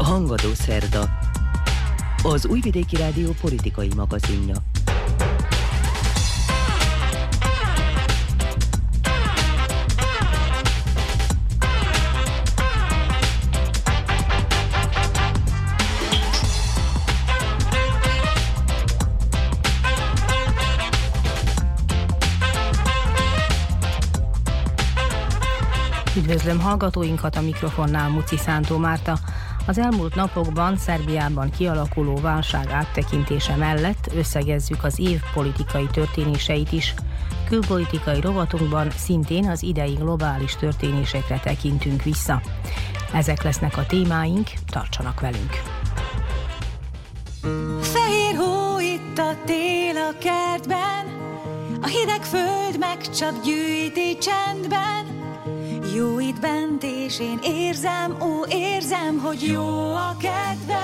Hangadó szerda, az Újvidéki Rádió politikai magazinja. Üdvözlöm hallgatóinkat, a mikrofonnál Muci Szántó Márta. Az elmúlt napokban Szerbiában kialakuló válság áttekintése mellett összegezzük az év politikai történéseit is. Külpolitikai rovatunkban szintén az idei globális történésekre tekintünk vissza. Ezek lesznek a témáink, tartsanak velünk! Fehér hó itt a tél a kertben, a hideg föld meg csak gyűjti csendben. Jó itt bent, és én érzem, ó, érzem, hogy jó a kedvem.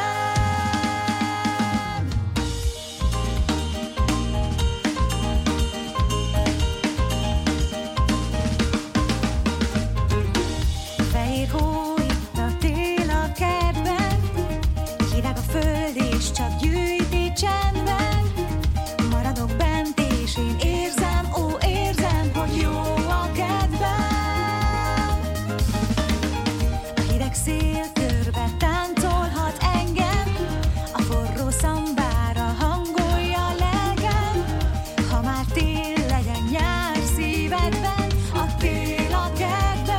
Fehér hó itt a tél a kertben, hideg a föld, és csak gyűjti csendben. Maradok bent, és én érzem, ó, érzem, hogy jó a kedvem. Szél körbe táncolhat engem, a forró szambára hangolja lelkem. Ha már tél, legyen nyár szívedben, a tél a kertben.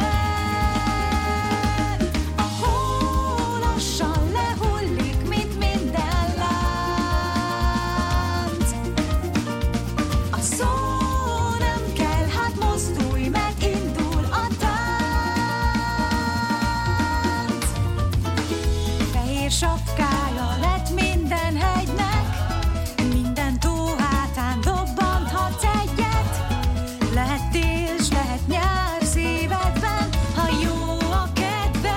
A hó lassan lehullik, mint minden lánc. A szó nem kell, hát mozdulj meg, indul a tánc. Sapkája lett minden hegynek, minden tó hátán dobbanthatsz egyet. Lehet tél, s lehet nyár szívedben, ha jó a kedved.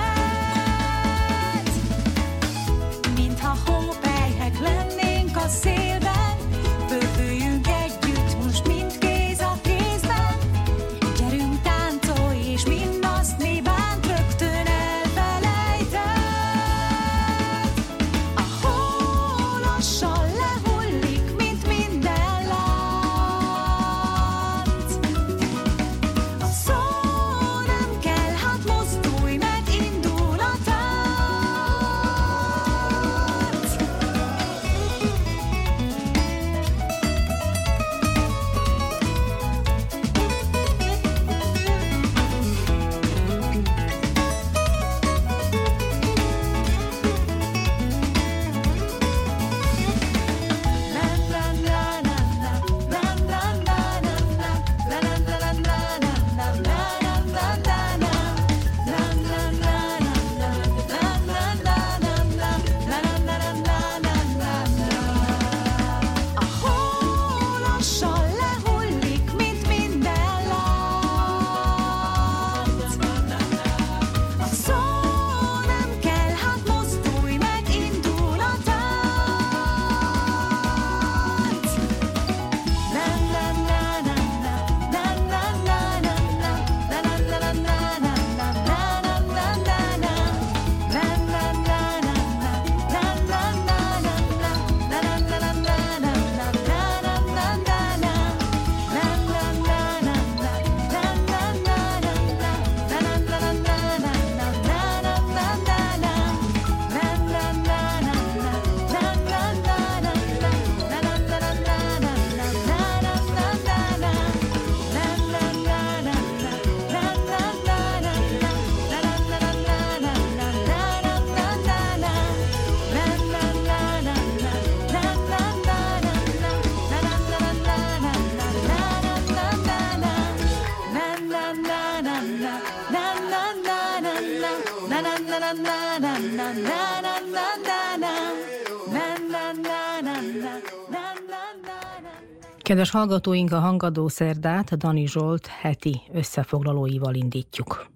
Mintha hópelyhek lennénk a szélben, pördüljünk együtt most mind kéz a kézben. Gyerünk táncolj, és mindazt mi bánt rögtön elfelejted. Lassan lehullik, mint minden lánc. A szó nem kell, hát mozdulj meg, indul a tánc. Kedves hallgatóink, a Hangadó szerdát Dani Zsolt heti összefoglalóival indítjuk.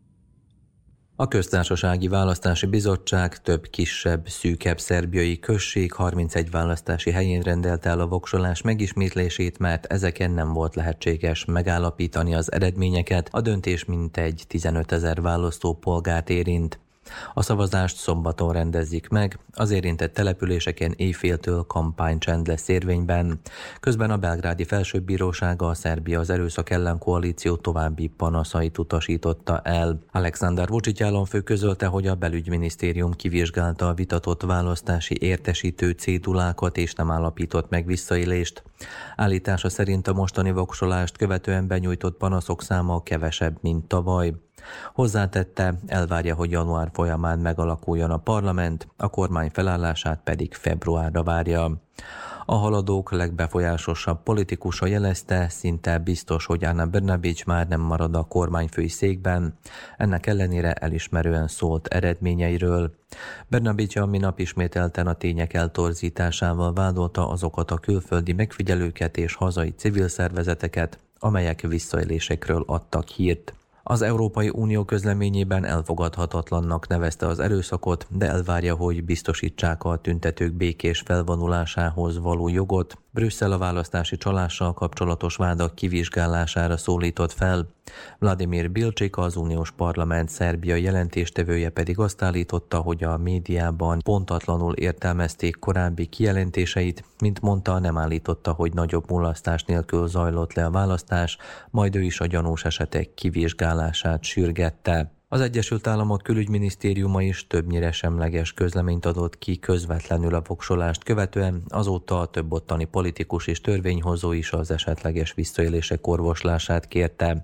A Köztársasági Választási Bizottság több kisebb, szűkebb szerbiai község 31 választási helyén rendelte el a voksolás megismétlését, mert ezeken nem volt lehetséges megállapítani az eredményeket. A döntés mintegy 15 000 választópolgárt érint. A szavazást szombaton rendezik meg, az érintett településeken éjféltől kampánycsend lesz érvényben. Közben a belgrádi felsőbbírósága a Szerbia az erőszak ellen koalíció további panaszait utasította el. Aleksandar Vučić államfő közölte, hogy a belügyminisztérium kivizsgálta a vitatott választási értesítő cédulákat és nem állapított meg visszaélést. Állítása szerint a mostani voksolást követően benyújtott panaszok száma kevesebb, mint tavaly. Hozzátette, elvárja, hogy január folyamán megalakuljon a parlament, a kormány felállását pedig februárra várja. A haladók legbefolyásosabb politikusa jelezte, szinte biztos, hogy Ana Brnabić már nem marad a kormányfői székben. Ennek ellenére elismerően szólt eredményeiről. Brnabić a minap ismételten a tények eltorzításával vádolta azokat a külföldi megfigyelőket és hazai civil szervezeteket, amelyek visszaélésekről adtak hírt. Az Európai Unió közleményében elfogadhatatlannak nevezte az erőszakot, de elvárja, hogy biztosítsák a tüntetők békés felvonulásához való jogot. Brüsszel a választási csalással kapcsolatos vádak kivizsgálására szólított fel. Vladimir Bilčík, az uniós parlament Szerbia jelentéstevője pedig azt állította, hogy a médiában pontatlanul értelmezték korábbi kijelentéseit, mint mondta, nem állította, hogy nagyobb mulasztás nélkül zajlott le a választás, majd ő is a gyanús esetek kivizsgálását sürgette. Az Egyesült Államok külügyminisztériuma is többnyire semleges közleményt adott ki közvetlenül a voksolást követően, azóta a több ottani politikus és törvényhozó is az esetleges visszaélések orvoslását kérte.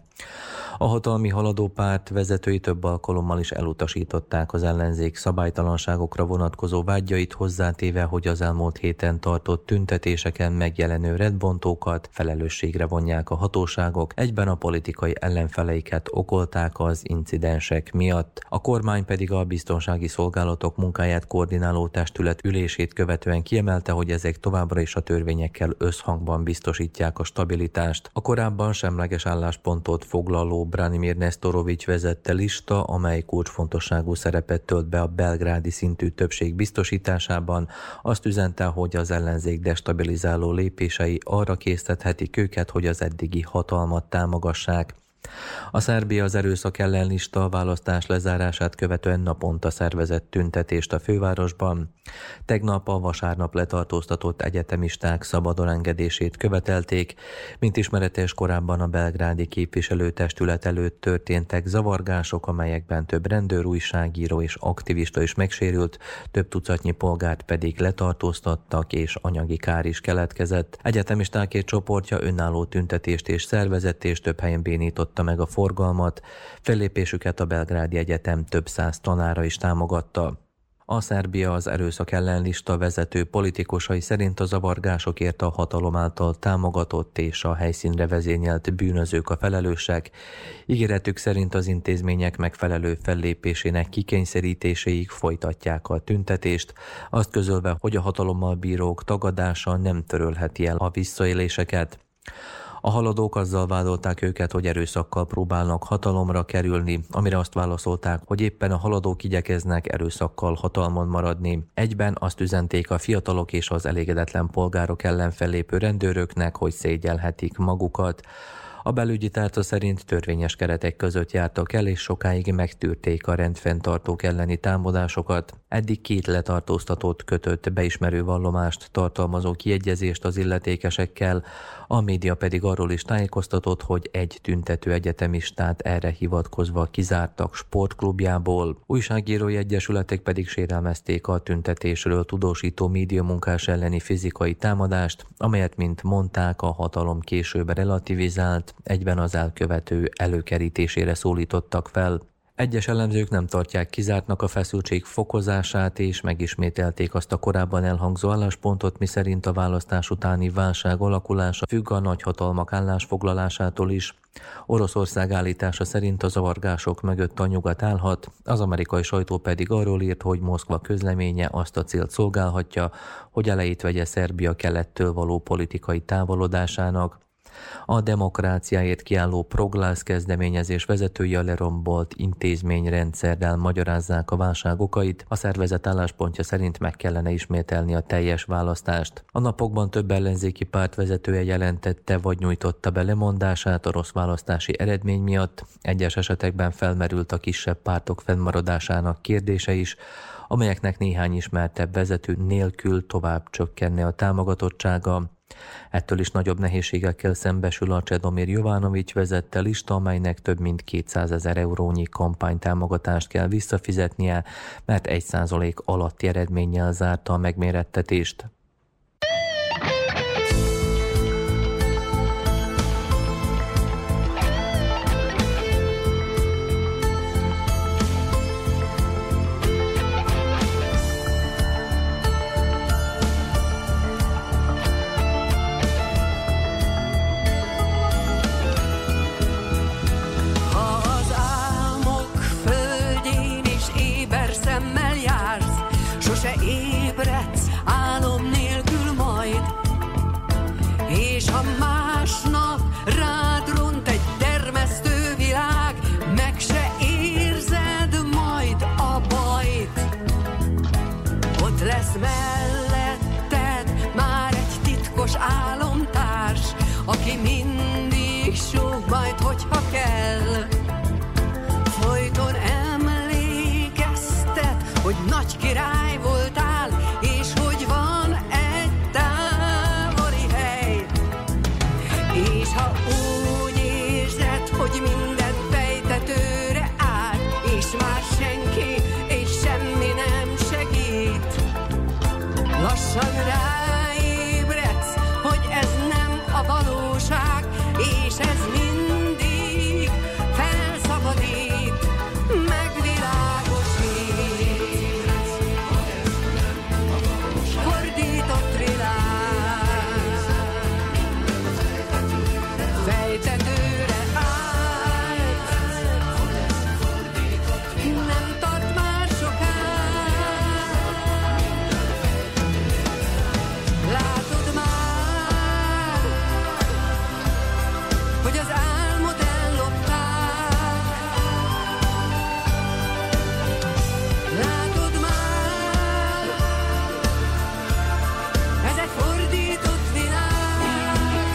A hatalmi haladó párt vezetői több alkalommal is elutasították az ellenzék szabálytalanságokra vonatkozó vádjait, hozzátéve, hogy az elmúlt héten tartott tüntetéseken megjelenő redbontókat felelősségre vonják a hatóságok, egyben a politikai ellenfeleiket okolták az incidensek miatt. A kormány pedig a biztonsági szolgálatok munkáját koordináló testület ülését követően kiemelte, hogy ezek továbbra is a törvényekkel összhangban biztosítják a stabilitást. A korábban semleges álláspontot foglaló Branimir Nestorović vezette lista, amely kulcsfontosságú szerepet tölt be a belgrádi szintű többség biztosításában, azt üzente, hogy az ellenzék destabilizáló lépései arra késztethetik őket, hogy az eddigi hatalmat támogassák. A Szerbia az erőszak ellen lista a választás lezárását követően naponta szervezett tüntetést a fővárosban. Tegnap a vasárnap letartóztatott egyetemisták szabadon engedését követelték, mint ismeretes, korábban a belgrádi képviselőtestület előtt történtek zavargások, amelyekben több rendőr, újságíró és aktivista is megsérült, több tucatnyi polgárt pedig letartóztattak és anyagi kár is keletkezett. Egyetemisták egy csoportja önálló tüntetést és szervezett és több helyen bénította meg a forgalmat, fellépésüket a Belgrádi Egyetem több száz tanára is támogatta. A Szerbia az erőszak ellen lista vezető politikusai szerint a zavargásokért a hatalom által támogatott és a helyszínre vezényelt bűnözők a felelősek. Ígéretük szerint az intézmények megfelelő fellépésének kikényszerítéséig folytatják a tüntetést, azt közölve, hogy a hatalommal bírók tagadása nem törölheti el a visszaéléseket. A haladók azzal vádolták őket, hogy erőszakkal próbálnak hatalomra kerülni, amire azt válaszolták, hogy éppen a haladók igyekeznek erőszakkal hatalmon maradni. Egyben azt üzenték a fiatalok és az elégedetlen polgárok ellen fellépő rendőröknek, hogy szégyelhetik magukat. A belügyi tárca szerint törvényes keretek között jártak el, és sokáig megtűrték a rendfenntartók elleni támadásokat. Eddig 2 letartóztatott kötött beismerő vallomást tartalmazó kiegyezést az illetékesekkel, a média pedig arról is tájékoztatott, hogy egy tüntető egyetemistát erre hivatkozva kizártak sportklubjából. Újságírói egyesületek pedig sérelmezték a tüntetésről tudósító médiamunkás elleni fizikai támadást, amelyet, mint mondták, a hatalom később relativizált, egyben az elkövető előkerítésére szólítottak fel. Egyes elemzők nem tartják kizártnak a feszültség fokozását, és megismételték azt a korábban elhangzó álláspontot, miszerint a választás utáni válság alakulása függ a nagyhatalmak állásfoglalásától is. Oroszország állítása szerint a zavargások mögött a nyugat állhat, az amerikai sajtó pedig arról írt, hogy Moszkva közleménye azt a célt szolgálhatja, hogy elejét vegye Szerbia kelettől való politikai távolodásának. A demokráciáért kiálló Proglász kezdeményezés vezetői a lerombolt intézményrendszerrel magyarázzák a válság okait. A szervezet álláspontja szerint meg kellene ismételni a teljes választást. A napokban több ellenzéki párt vezetője jelentette vagy nyújtotta be lemondását a rossz választási eredmény miatt. Egyes esetekben felmerült a kisebb pártok fennmaradásának kérdése is, amelyeknek néhány ismertebb vezető nélkül tovább csökkenne a támogatottsága. Ettől is nagyobb nehézségekkel szembesül a Csedomir Jovanovics vezette lista, amelynek több mint 200 000 eurónyi kampánytámogatást kell visszafizetnie, mert 1% alatti eredménnyel zárta a megmérettetést. Aki mindig súg majd, hogyha kell. Folyton emlékeztet, hogy nagy király voltál, és hogy van egy távoli hely. És ha úgy érzed, hogy minden fejtetőre áll, és már senki és semmi nem segít, lassan ráébredsz, hogy ez nem a valóság, és ez mindig felszabadít, megvilágosít. Fordított világ, fejtetőre állt, nem tart már sokáig. Látod már, hogy az álmot ellopták. Látod már, ez egy fordított világ.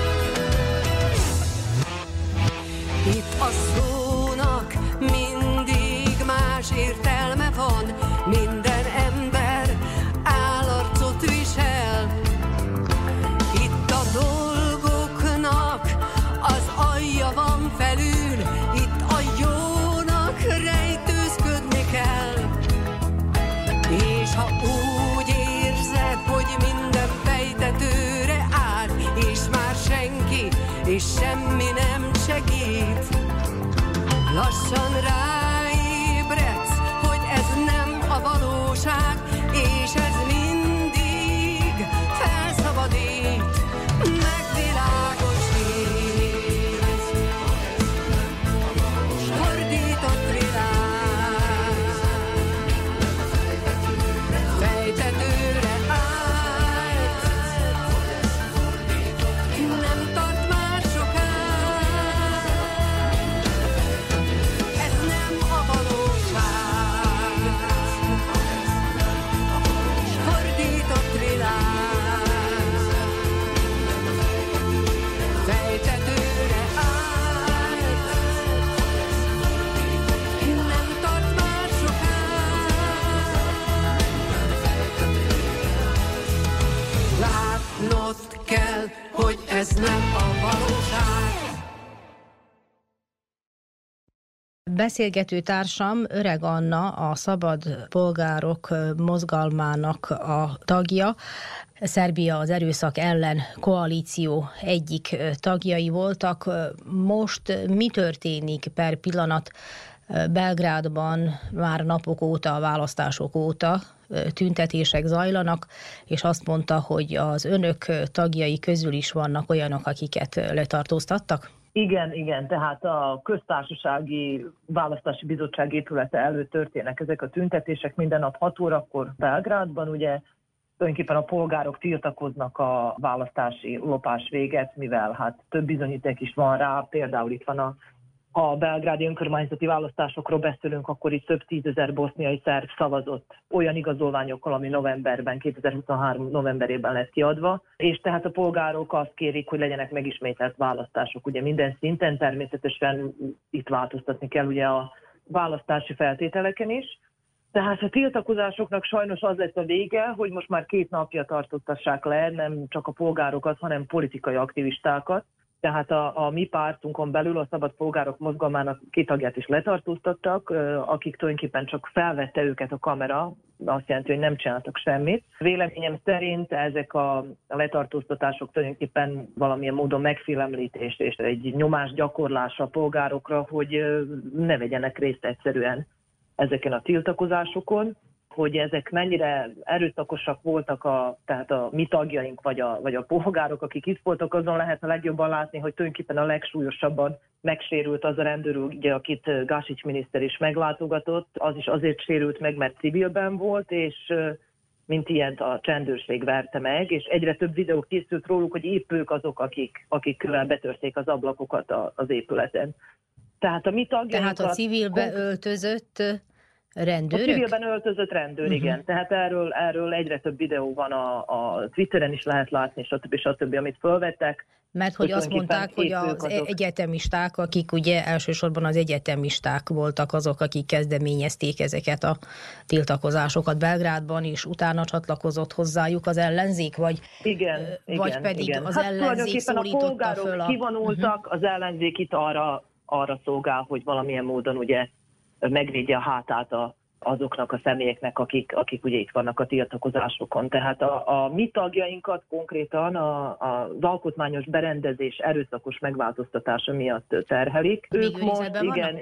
Itt a szónak mindig más értelme van, minden ember állarcot visel. Itt a dolgoknak az alja van felül, itt a jónak rejtőzködni kell. És ha úgy érzed, hogy minden fejtetőre áll, és már senki és semmi nem segít, lassan ráébredsz, hogy ez nem a valóság, és ez mindig felszabadít, megvilágosít. Fordított világ, fejtetőre állt, nem tart már sokáig. Ez nem a valóság, fordított világ, fejtetőre állt, nem tart már sokáig. Látnod kell, hogy ez nem a valóság. Beszélgető társam Öreg Anna, a Szabad Polgárok mozgalmának a tagja. Szerbia az erőszak ellen koalíció egyik tagjai voltak. Most mi történik per pillanat Belgrádban? Már napok óta, a választások óta tüntetések zajlanak, és azt mondta, hogy az önök tagjai közül is vannak olyanok, akiket letartóztattak? Igen, tehát a Köztársasági Választási Bizottság épülete előtt történnek ezek a tüntetések minden nap 6 órakor Belgrádban, ugye tulajdonképpen a polgárok tiltakoznak a választási lopás véget, mivel hát több bizonyíték is van rá, például itt van a belgrádi önkormányzati választásokról beszélünk, akkor itt több 10 000 boszniai szerb szavazott olyan igazolványokkal, ami 2023 novemberében lett kiadva, és tehát a polgárok azt kérik, hogy legyenek megismételt választások. Ugye minden szinten természetesen itt változtatni kell ugye a választási feltételeken is. Tehát a tiltakozásoknak sajnos az lett a vége, hogy most már 2 napja tartottassák le nem csak a polgárokat, hanem politikai aktivistákat. Tehát a mi pártunkon belül a Szabad Polgárok Mozgalmának 2 tagját is letartóztattak, akik tulajdonképpen csak felvette őket a kamera, azt jelenti, hogy nem csináltak semmit. Véleményem szerint ezek a letartóztatások tulajdonképpen valamilyen módon megfélemlítés és egy nyomás gyakorlása a polgárokra, hogy ne vegyenek részt egyszerűen ezeken a tiltakozásokon. Hogy ezek mennyire erőszakosak voltak tehát a mi tagjaink, vagy a polgárok, akik itt voltak, azon lehet a legjobban látni, hogy tulajdonképpen a legsúlyosabban megsérült az a rendőr, ugye, akit Gásics miniszter is meglátogatott, az is azért sérült meg, mert civilben volt, és mint ilyent a csendőrség verte meg, és egyre több videó készült róluk, hogy épp ők azok, akik kövel betörték az ablakokat az épületen. Tehát a mi tagjainkat... Tehát a civilbe öltözött rendőrök? A civilben öltözött rendőr, igen. Tehát erről egyre több videó van a Twitteren is lehet látni, stb. Amit fölvettek. Mert hogy azt mondták, hogy az egyetemisták, akik ugye elsősorban az egyetemisták voltak azok, akik kezdeményezték ezeket a tiltakozásokat Belgrádban, és utána csatlakozott hozzájuk az ellenzék, vagy pedig az ellenzék szólította föl a... kivonultak, az ellenzék itt arra szolgál, hogy valamilyen módon ugye megvédje a hátát azoknak a személyeknek, akik ugye itt vannak a tiltakozásokon. Tehát a mi tagjainkat konkrétan az alkotmányos berendezés erőszakos megváltoztatása miatt terhelik. Ők most,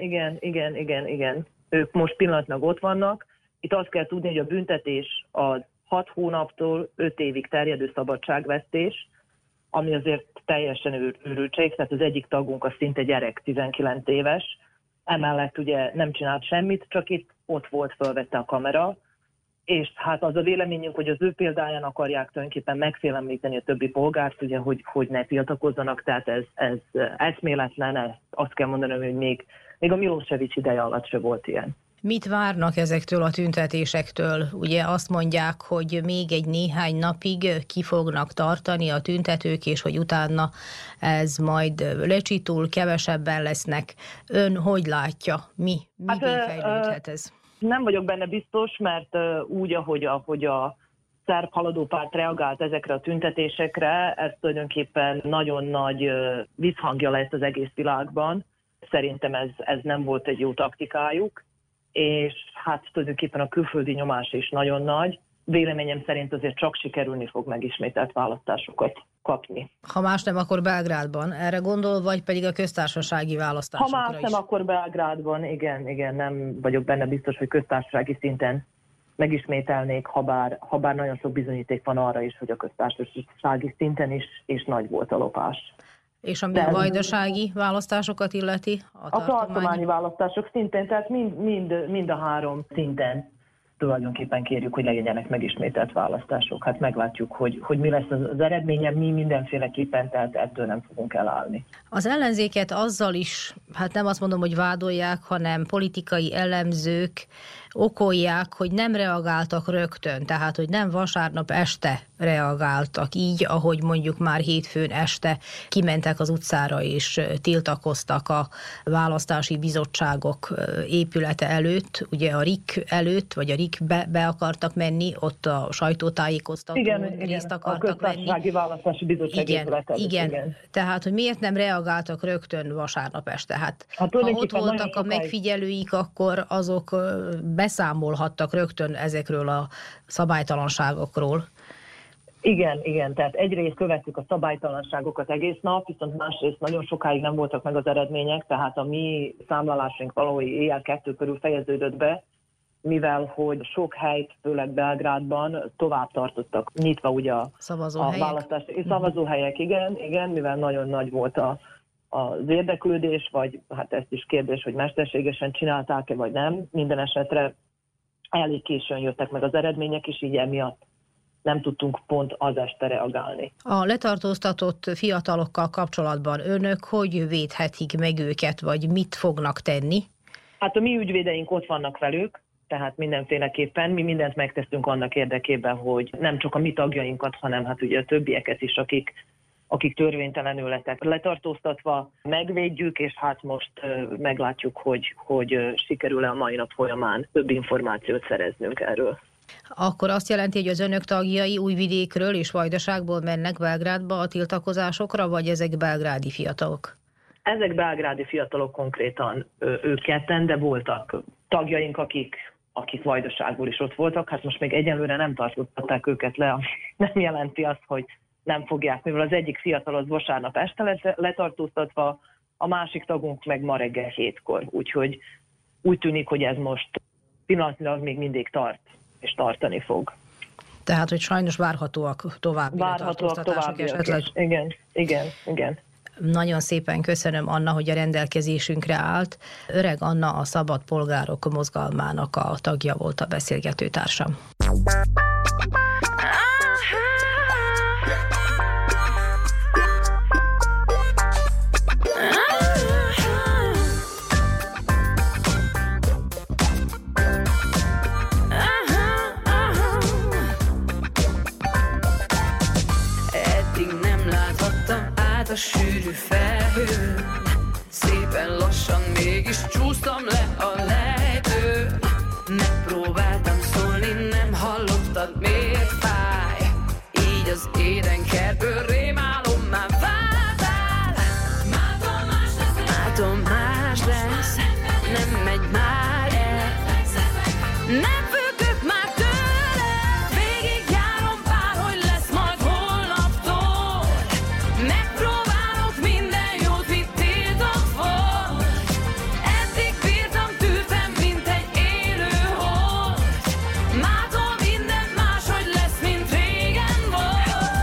igen. Ők most pillanatnyilag ott vannak. Itt azt kell tudni, hogy a büntetés az 6 hónaptól 5 évig terjedő szabadságvesztés, ami azért teljesen őrültség, tehát az egyik tagunk az szinte gyerek, 19 éves, emellett ugye nem csinált semmit, csak ott volt, fölvette a kamera, és hát az a véleményünk, hogy az ő példáján akarják tulajdonképpen megfélemlíteni a többi polgárt, ugye, hogy ne tiltakozzanak, tehát ez eszméletlen, azt kell mondanom, hogy még a Milosevic ideje alatt se volt ilyen. Mit várnak ezektől a tüntetésektől? Ugye azt mondják, hogy még egy néhány napig ki fognak tartani a tüntetők, és hogy utána ez majd lecsitul, kevesebben lesznek. Ön hogy látja? Mivé fejlődhet ez? Nem vagyok benne biztos, mert úgy, ahogy a szerb haladópárt reagált ezekre a tüntetésekre, ez tulajdonképpen nagyon nagy visszhangja lett az egész világban. Szerintem ez nem volt egy jó taktikájuk, és hát tulajdonképpen a külföldi nyomás is nagyon nagy. Véleményem szerint azért csak sikerülni fog megismételt választásokat kapni. Ha más nem, akkor Belgrádban erre gondol, vagy pedig a köztársasági választásokra is? Ha más nem, akkor Belgrádban, igen, nem vagyok benne biztos, hogy köztársasági szinten megismételnék, habár nagyon sok bizonyíték van arra is, hogy a köztársasági szinten is nagy volt a lopás. És ami a vajdasági választásokat illeti? A tartományi választások szintén, tehát mind a 3 szinten tulajdonképpen kérjük, hogy legyenek megismételt választások. Hát meglátjuk, hogy mi lesz az eredménye, mi mindenféleképpen, tehát ettől nem fogunk elállni. Az ellenzéket azzal is, hát nem azt mondom, hogy vádolják, hanem politikai elemzők okolják, hogy nem reagáltak rögtön, tehát hogy nem vasárnap este reagáltak így, ahogy mondjuk már hétfőn este kimentek az utcára és tiltakoztak a választási bizottságok épülete előtt, ugye a RIK előtt, vagy a RIK-be be akartak menni, ott a sajtótájékoztatón részt akartak venni. A köztársasági választási bizottság épülete előtt. Igen. Tehát, hogy miért nem reagáltak rögtön vasárnap este? Hát ha ott voltak a megfigyelőik, akkor azok beszámolhattak rögtön ezekről a szabálytalanságokról. Igen, tehát egyrészt követtük a szabálytalanságokat egész nap, viszont másrészt nagyon sokáig nem voltak meg az eredmények, tehát a mi számlálásunk valahogy éjjel 2 körül fejeződött be, mivel hogy sok helyt, főleg Belgrádban tovább tartottak nyitva ugye a választási szavazóhelyek, igen, mivel nagyon nagy volt az érdeklődés, vagy hát ezt is kérdés, hogy mesterségesen csinálták-e, vagy nem. Minden esetre elég későn jöttek meg az eredmények, és így emiatt nem tudtunk pont az este reagálni. A letartóztatott fiatalokkal kapcsolatban önök hogy védhetik meg őket, vagy mit fognak tenni? Hát a mi ügyvédeink ott vannak velük, tehát mindenféleképpen mi mindent megteszünk annak érdekében, hogy nem csak a mi tagjainkat, hanem hát ugye a többieket is, akik törvénytelenül lettek letartóztatva, megvédjük, és hát most meglátjuk, hogy sikerül-e a mai nap folyamán több információt szereznünk erről. Akkor azt jelenti, hogy az önök tagjai Újvidékről és Vajdaságból mennek Belgrádba a tiltakozásokra, vagy ezek belgrádi fiatalok? Ezek belgrádi fiatalok konkrétan, ők ketten, de voltak tagjaink, akik Vajdaságból is ott voltak. Hát most még egyelőre nem tartották őket le, nem jelenti azt, hogy nem fogják, mivel az egyik fiatal az vasárnap este letartóztatva, a másik tagunk meg ma reggel 7-kor. Úgyhogy úgy tűnik, hogy ez most pillanatnyilag még mindig tart, és tartani fog. Tehát, hogy sajnos várhatóak további letartóztatások esetleg. Igen. Nagyon szépen köszönöm, Anna, hogy a rendelkezésünkre állt. Öreg Anna a Szabad Polgárok Mozgalmának a tagja volt a beszélgetőtársam. A sűrű felhőn, szépen lassan mégis csúsztam le a lejtőn. Megpróbáltam szólni, nem hallottad, miért fáj? Így az édenkertből rémálom már váltál. Mától más lesz, nem megy már el. Nem függök már tőle, végigjárom bárhogy lesz majd holnaptól. Megpróbálok minden jót, mit tiltott volt. Eddig bírtam, tűrtem, mint egy élő hold. Mától minden máshogy lesz, mint régen volt.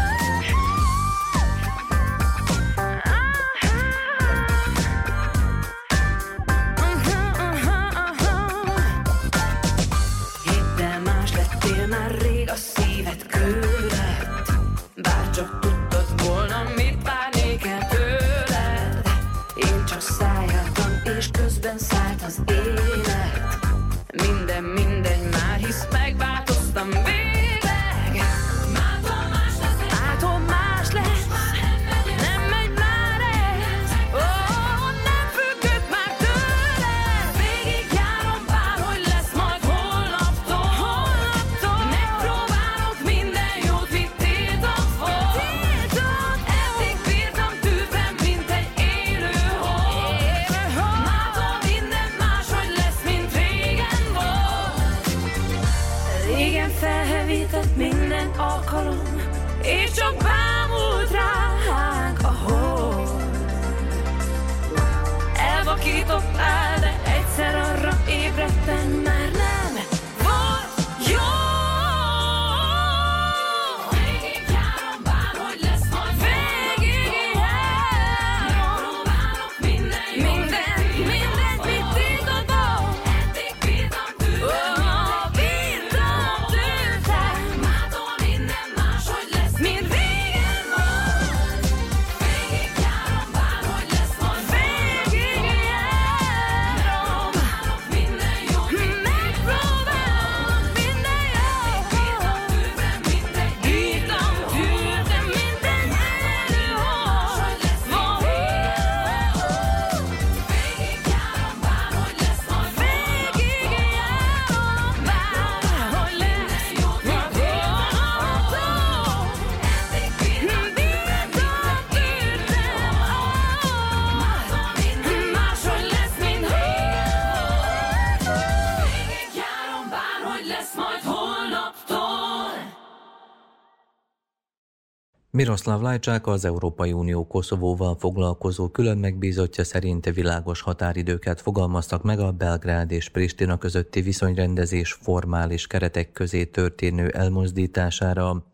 Hidd el, más lettél már rég, a szíved kőlett. Bárcsak tudtad volna, mit várnék el tőled. Én csak szálltam, és közben szállt az élet. Minden mindegy már, hisz megváltoztam végleg. Mától más lesz, nem megy már ez. Ó, nem függök már tőled. Végigjárom bárhogy lesz majd holnaptól. Megpróbálok minden jót, mit tiltott volt. Eddig bírtam, tűrtem, mint egy élő hold. Mától minden máshogy lesz, mint régen volt. Régen felhevített minden alkalom, és csak bámult ránk a hold. Elvakítottál, de egyszer arra ébredtem, már nem volt jó. Végigjárom, bárhogy lesz majd végigjárom. Megpróbálok minden jót, mindent, mit tiltott volt. Eddig bírtam, tűrtem. Mától minden máshogy lesz, mint régen volt. Végigjárom, bárhogy lesz majd végigjárom. Minden jót, megpróbálok minden jót. Bírtam, tűrtem, mint egy élő hold. Végigjárom, bárhogy lesz majd végigjárom. Bárhogy lesz jót, mit tiltott. Eddig bírtam, tűrtem. Máshogy lesz, mint végigjárom, bárhogy lesz majd holnaptól. Miroslav Lajcsák, az Európai Unió Koszovóval foglalkozó külön megbízottja szerint világos határidőket fogalmaztak meg a Belgrád és Pristina közötti viszonyrendezés formális keretek közé történő elmozdítására.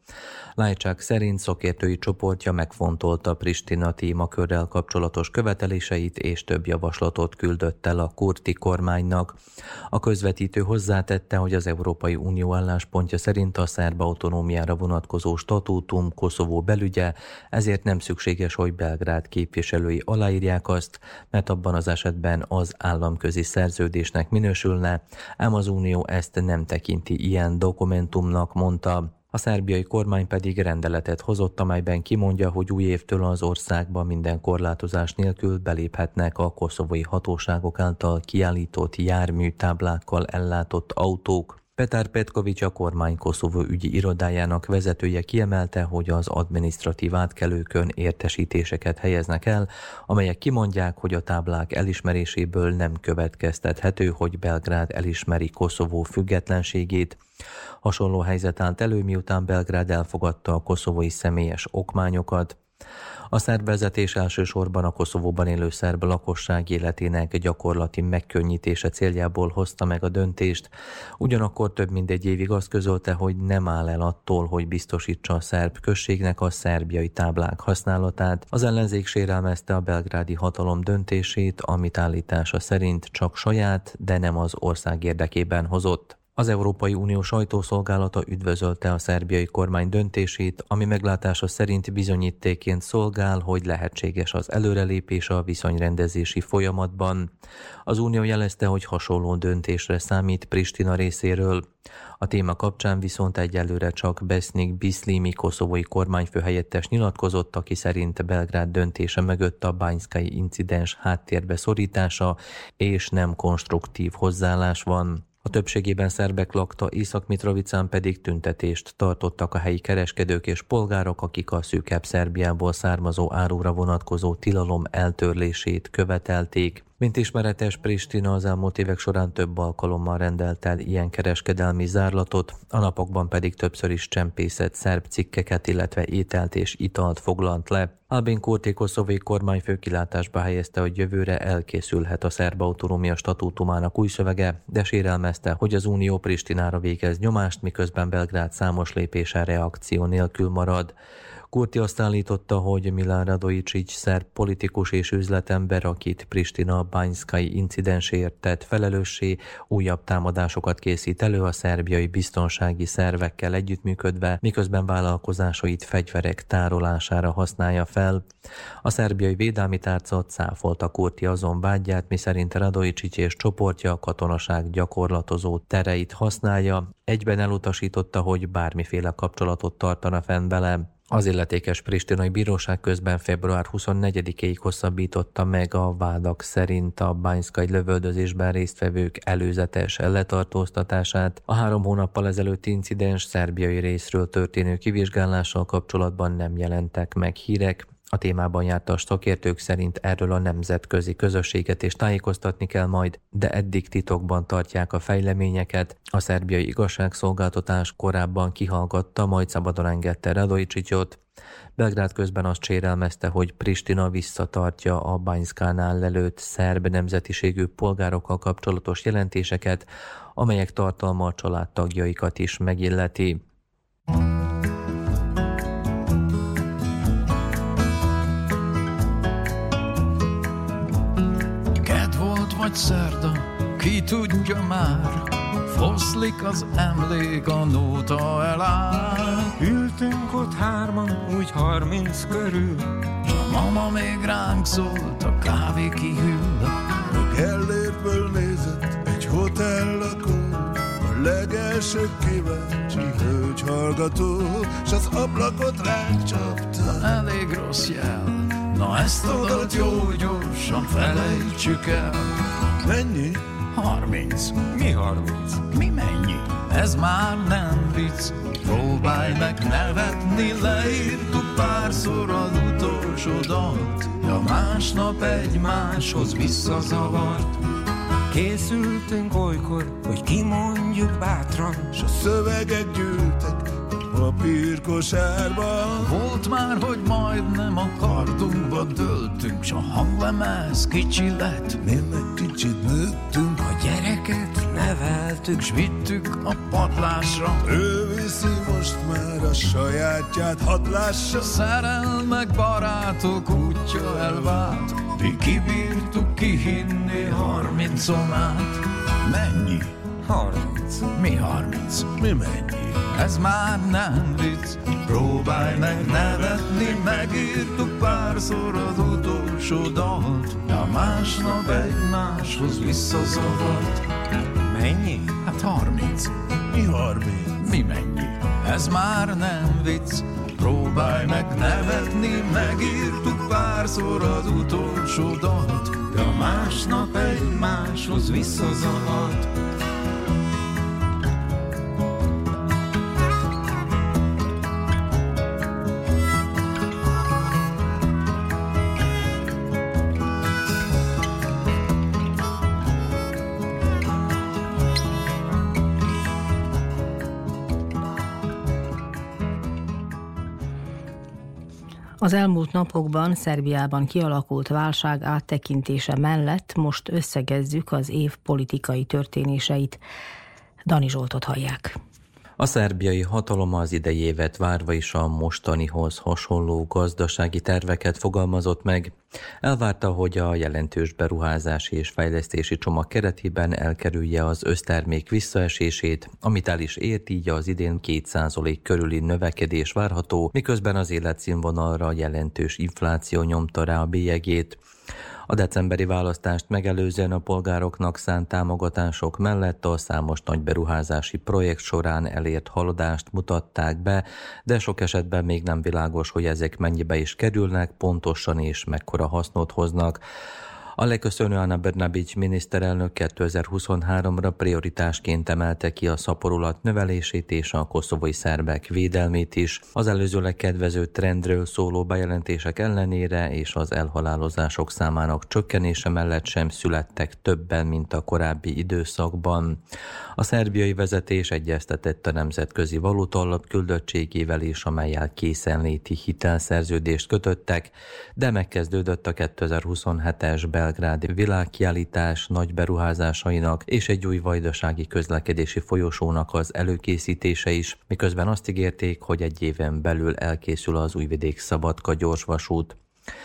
Lajcsák szerint szakértői csoportja megfontolta Pristina témakörrel kapcsolatos követeléseit, és több javaslatot küldött el a kurdi kormánynak. A közvetítő hozzátette, hogy az Európai Unió álláspontja szerint a szerb autonómiára vonatkozó statútum Koszovó belügye, ezért nem szükséges, hogy Belgrád képviselői aláírják azt, mert abban az esetben az államközi szerződésnek minősülne, ám az Unió ezt nem tekinti ilyen dokumentumnak, mondta. A szerbiai kormány pedig rendeletet hozott, amelyben kimondja, hogy új évtől az országba minden korlátozás nélkül beléphetnek a koszovói hatóságok által kiállított járműtáblákkal ellátott autók. Petar Petković, a kormány Koszovó ügyi irodájának vezetője kiemelte, hogy az adminisztratív átkelőkön értesítéseket helyeznek el, amelyek kimondják, hogy a táblák elismeréséből nem következtethető, hogy Belgrád elismeri Koszovó függetlenségét. Hasonló helyzet állt elő, miután Belgrád elfogadta a koszovói személyes okmányokat. A szerb vezetés elsősorban a Koszovóban élő szerb lakosság életének gyakorlati megkönnyítése céljából hozta meg a döntést, ugyanakkor több mint egy évig azt közölte, hogy nem áll el attól, hogy biztosítsa a szerb községnek a szerbiai táblák használatát. Az ellenzék sérelmezte a belgrádi hatalom döntését, amit állítása szerint csak saját, de nem az ország érdekében hozott. Az Európai Unió sajtószolgálata üdvözölte a szerbiai kormány döntését, ami meglátása szerint bizonyítékként szolgál, hogy lehetséges az előrelépés a viszonyrendezési folyamatban. Az Unió jelezte, hogy hasonló döntésre számít Pristina részéről. A téma kapcsán viszont egyelőre csak Besnik Bislimi koszovói kormányfőhelyettes nyilatkozott, aki szerint Belgrád döntése mögött a bányszkai incidens háttérbe szorítása és nem konstruktív hozzáállás van. A többségében szerbek lakta Észak-Mitrovicán pedig tüntetést tartottak a helyi kereskedők és polgárok, akik a szűkebb Szerbiából származó árura vonatkozó tilalom eltörlését követelték. Mint ismeretes, Pristina az elmúlt évek során több alkalommal rendelt el ilyen kereskedelmi zárlatot, a napokban pedig többször is csempészett szerb cikkeket, illetve ételt és italt foglalt le. Albin Kurti koszovói kormányfő kilátásba helyezte, hogy jövőre elkészülhet a szerb autonómia statútumának új szövege, de sérelmezte, hogy az Unió Pristinára végez nyomást, miközben Belgrád számos lépése reakció nélkül marad. Kurti azt állította, hogy Milan Radojicic szerb politikus és üzletember, akit Pristina bányszkai incidensért tett felelőssé, újabb támadásokat készít elő a szerbiai biztonsági szervekkel együttműködve, miközben vállalkozásait fegyverek tárolására használja fel. A szerbiai védelmi tárca cáfolta Kurti azon vágyát, miszerint Radojicic és csoportja a katonaság gyakorlatozó tereit használja, egyben elutasította, hogy bármiféle kapcsolatot tartana fenn vele. Az illetékes pristinai bíróság közben február 24-ig hosszabbította meg a vádak szerint a bányszkai lövöldözésben résztvevők előzetes letartóztatását. A 3 hónappal ezelőtti incidens szerbiai részről történő kivizsgálással kapcsolatban nem jelentek meg hírek. A témában jártas szakértők szerint erről a nemzetközi közösséget is tájékoztatni kell majd, de eddig titokban tartják a fejleményeket. A szerbiai igazságszolgáltatás korábban kihallgatta, majd szabadon engedte Radojicicot. Belgrád közben azt sérelmezte, hogy Pristina visszatartja a Bányszkánál lelőtt szerb nemzetiségű polgárokkal kapcsolatos jelentéseket, amelyek tartalma a családtagjaikat is megilleti. Vagy szerda, ki tudja már, foszlik az emlék, a nóta eláll. Ültünk ott 3-an, úgy 30 körül, s a mama még ránk szólt, a kávé kihűl. A Gellértből nézett egy hotel lakó, a legelső kíváncsi hölgy hallgató, s az ablakot ránk csapta. Elég rossz jel, na ezt a dalt jó gyorsan felejtsük el. Mennyi? 30. Mi 30? Mi mennyi? Ez már nem vicc. Próbálj meg nevetni, leírtuk párszor az utolsó dalt, ja másnap egymáshoz visszazavart. Készültünk olykor, hogy kimondjuk bátran, s a szövegek gyűltek papírkosárban. Volt már, hogy majdnem a kardunkba döltünk, s a hanglemez kicsi lett, mi meg kicsit nőttünk. A gyereket nevelt vettük, s vittük a padlásra. Ő viszi most már a sajátját, hadd lássa. Szerelmek, barátok útja elvált, mi kibírtuk kihinni 30-on át. Mennyi? 30. Mi 30? Mi mennyi? Ez már nem vicc, próbálj meg nevetni, megírtuk párszor az utolsó dalt, de másnap egymáshoz visszazavart. Mennyi? Hát 30. Mi 30? Mi mennyi? Ez már nem vicc, próbálj meg nevetni, megírtuk párszor az utolsó dalt, de másnap egymáshoz visszazavart. Az elmúlt napokban Szerbiában kialakult válság áttekintése mellett most összegezzük az év politikai történéseit. Dani Zsoltot hallják. A szerbiai hatalom az idei évet várva is a mostanihoz hasonló gazdasági terveket fogalmazott meg. Elvárta, hogy a jelentős beruházási és fejlesztési csomag keretében elkerülje az össztermék visszaesését, amit el is ért, így az idén 2% körüli növekedés várható, miközben az életszínvonalra jelentős infláció nyomta rá a bélyegét. A decemberi választást megelőzően a polgároknak szánt támogatások mellett a számos nagy beruházási projekt során elért haladást mutatták be, de sok esetben még nem világos, hogy ezek mennyibe is kerülnek, pontosan és mekkora hasznot hoznak. A leköszönő Ana Brnabić miniszterelnök 2023-ra prioritásként emelte ki a szaporulat növelését és a koszovói szerbek védelmét is. Az előzőleg kedvező trendről szóló bejelentések ellenére és az elhalálozások számának csökkenése mellett sem születtek többen, mint a korábbi időszakban. A szerbiai vezetés egyeztetett a Nemzetközi Valutaalap küldöttségével is, amellyel készenléti hitelszerződést kötöttek, de megkezdődött a 2027-es belgrádi világkiállítás nagy beruházásainak és egy új vajdasági közlekedési folyosónak az előkészítése is, miközben azt ígérték, hogy egy éven belül elkészül az Újvidék-Szabadka gyorsvasút.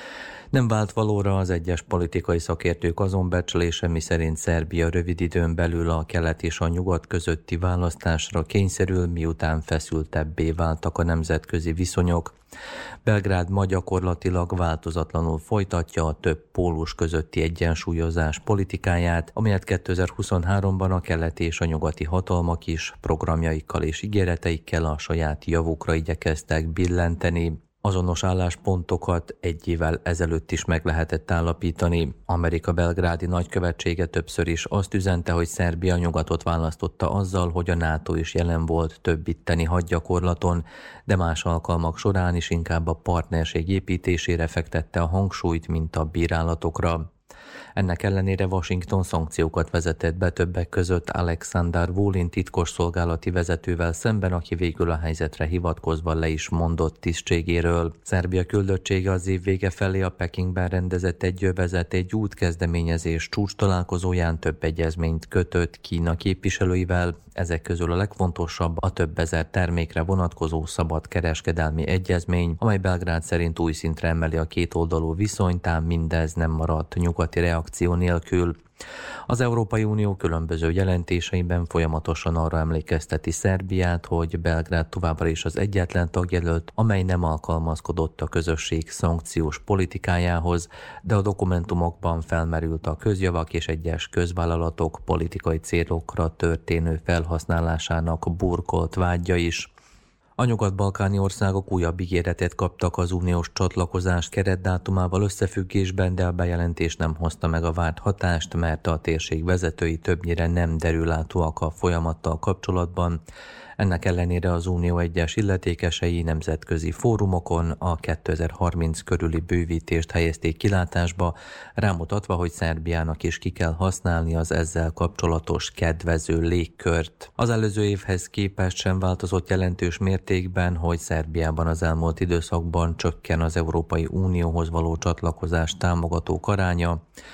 Nem vált valóra az egyes politikai szakértők azon becslése, miszerint Szerbia rövid időn belül a kelet és a nyugat közötti választásra kényszerül, miután feszültebbé váltak a nemzetközi viszonyok. Belgrád ma gyakorlatilag változatlanul folytatja a több pólus közötti egyensúlyozás politikáját, amelyet 2023-ban a keleti és a nyugati hatalmak is programjaikkal és ígéreteikkel a saját javukra igyekeztek billenteni. Azonos álláspontokat egy évvel ezelőtt is meg lehetett állapítani. Amerika belgrádi nagykövetsége többször is azt üzente, hogy Szerbia nyugatot választotta azzal, hogy a NATO is jelen volt több itteni hadgyakorlaton, de más alkalmak során is inkább a partnerség építésére fektette a hangsúlyt, mint a bírálatokra. Ennek ellenére Washington szankciókat vezetett be többek között Alexander Volin titkosszolgálati vezetővel szemben, aki végül a helyzetre hivatkozva le is mondott tisztségéről. Szerbia küldöttsége az év vége felé a Pekingben rendezett egy útkezdeményezés csúcs találkozóján több egyezményt kötött Kína képviselőivel. Ezek közül a legfontosabb a több ezer termékre vonatkozó szabad kereskedelmi egyezmény, amely Belgrád szerint új szintre emeli a kétoldalú viszonyt, ám mindez nem maradt nyugati reakció nélkül. Az Európai Unió különböző jelentéseiben folyamatosan arra emlékezteti Szerbiát, hogy Belgrád továbbra is az egyetlen tagjelölt, amely nem alkalmazkodott a közösség szankciós politikájához, de a dokumentumokban felmerült a közjavak és egyes közvállalatok politikai célokra történő felhasználásának burkolt vágya is. A nyugat-balkáni országok újabb ígéretet kaptak az uniós csatlakozás keretdátumával összefüggésben, de a bejelentés nem hozta meg a várt hatást, mert a térség vezetői többnyire nem derülátóak a folyamattal kapcsolatban. Ennek ellenére az unió egyes illetékesei nemzetközi fórumokon a 2030 körüli bővítést helyezték kilátásba, rámutatva, hogy Szerbiának is ki kell használni az ezzel kapcsolatos kedvező légkört. Az előző évhez képest sem változott jelentős mértékben, hogy Szerbiában az elmúlt időszakban csökken az Európai Unióhoz való csatlakozást támogatók aránya.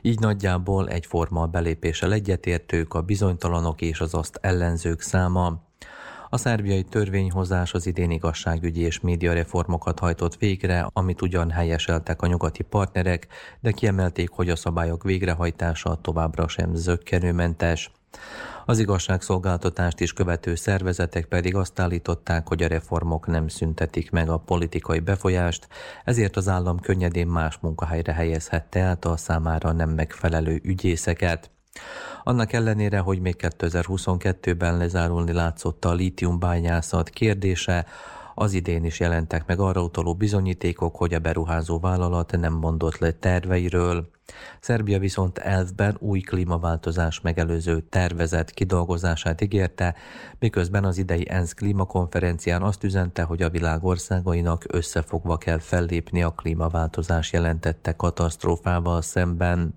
Így nagyjából egyforma a belépéssel egyetértők, a bizonytalanok és az azt ellenzők száma. A szerbiai törvényhozás az idén igazságügyi és médiareformokat hajtott végre, amit ugyan helyeseltek a nyugati partnerek, de kiemelték, hogy a szabályok végrehajtása továbbra sem zökkenőmentes. Az igazságszolgáltatást is követő szervezetek pedig azt állították, hogy a reformok nem szüntetik meg a politikai befolyást, ezért az állam könnyedén más munkahelyre helyezhette át a számára nem megfelelő ügyészeket. Annak ellenére, hogy még 2022-ben lezárulni látszott a lítiumbányászat kérdése, az idén is jelentek meg arra utaló bizonyítékok, hogy a beruházó vállalat nem mondott le terveiről. Szerbia viszont elvben új klímaváltozás megelőző tervezet kidolgozását ígérte, miközben az idei ENSZ klímakonferencián azt üzente, hogy a világ országainak összefogva kell fellépni a klímaváltozás jelentette katasztrófával szemben.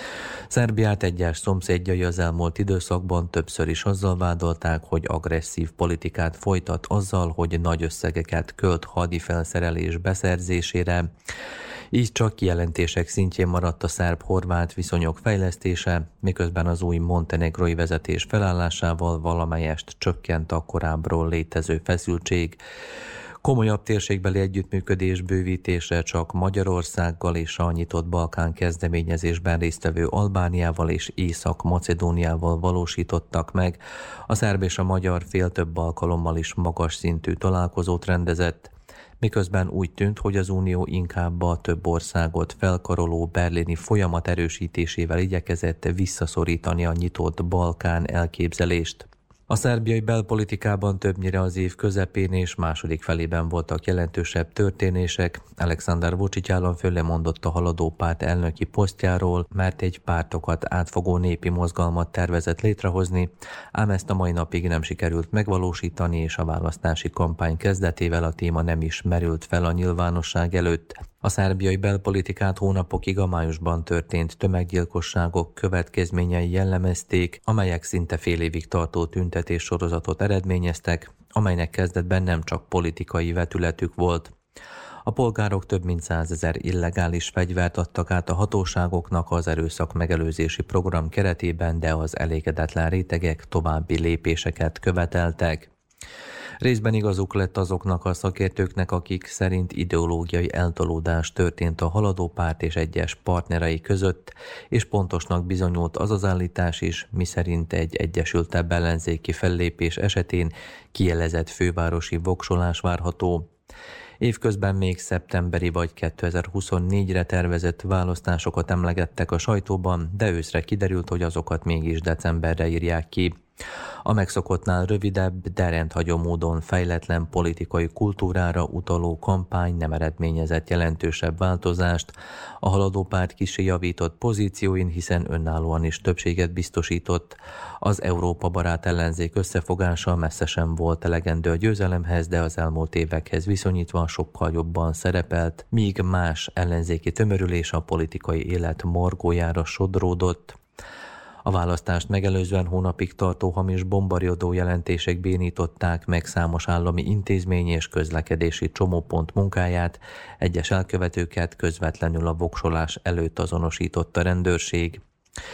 Szerbiát egyes szomszédjai az elmúlt időszakban többször is azzal vádolták, hogy agresszív politikát folytat azzal, hogy nagy összegeket költ hadifelszerelés beszerzésére. Így csak kijelentések szintjén maradt a szerb-horvát viszonyok fejlesztése, miközben az új montenegrói vezetés felállásával valamelyest csökkent a korábbról létező feszültség. Komolyabb térségbeli együttműködés bővítése csak Magyarországgal és a nyitott Balkán kezdeményezésben résztvevő Albániával és Észak-Macedóniával valósítottak meg. A szerb és a magyar fél több alkalommal is magas szintű találkozót rendezett, miközben úgy tűnt, hogy az Unió inkább a több országot felkaroló berlini folyamat erősítésével igyekezett visszaszorítani a nyitott Balkán elképzelést. A szerbiai belpolitikában többnyire az év közepén és második felében voltak jelentősebb történések. Aleksandar Vučić államfő lemondott a haladó párt elnöki posztjáról, mert egy pártokat átfogó népi mozgalmat tervezett létrehozni, ám ezt a mai napig nem sikerült megvalósítani, és a választási kampány kezdetével a téma nem is merült fel a nyilvánosság előtt. A szerbiai belpolitikát hónapokig a májusban történt tömeggyilkosságok következményei jellemezték, amelyek szinte fél évig tartó tüntetéssorozatot eredményeztek, amelynek kezdetben nem csak politikai vetületük volt. A polgárok több mint 100 000 illegális fegyvert adtak át a hatóságoknak az erőszak megelőzési program keretében, de az elégedetlen rétegek további lépéseket követeltek. Részben igazuk lett azoknak a szakértőknek, akik szerint ideológiai eltolódás történt a haladó párt és egyes partnerei között, és pontosnak bizonyult az az állítás is, miszerint egy egyesültebb ellenzéki fellépés esetén kielezett fővárosi voksolás várható. Évközben még szeptemberi vagy 2024-re tervezett választásokat emlegettek a sajtóban, de őszre kiderült, hogy azokat mégis decemberre írják ki. A megszokottnál rövidebb, de rendhagyó módon fejletlen politikai kultúrára utaló kampány nem eredményezett jelentősebb változást. A haladó párt kissé javított pozícióin, hiszen önállóan is többséget biztosított. Az Európa barát ellenzék összefogása messze sem volt elegendő a győzelemhez, de az elmúlt évekhez viszonyítva sokkal jobban szerepelt, míg más ellenzéki tömörülés a politikai élet morgójára sodródott. A választást megelőzően hónapig tartó hamis bombariadó jelentések bénították meg számos állami intézmény és közlekedési csomópont munkáját, egyes elkövetőket közvetlenül a voksolás előtt azonosított a rendőrség.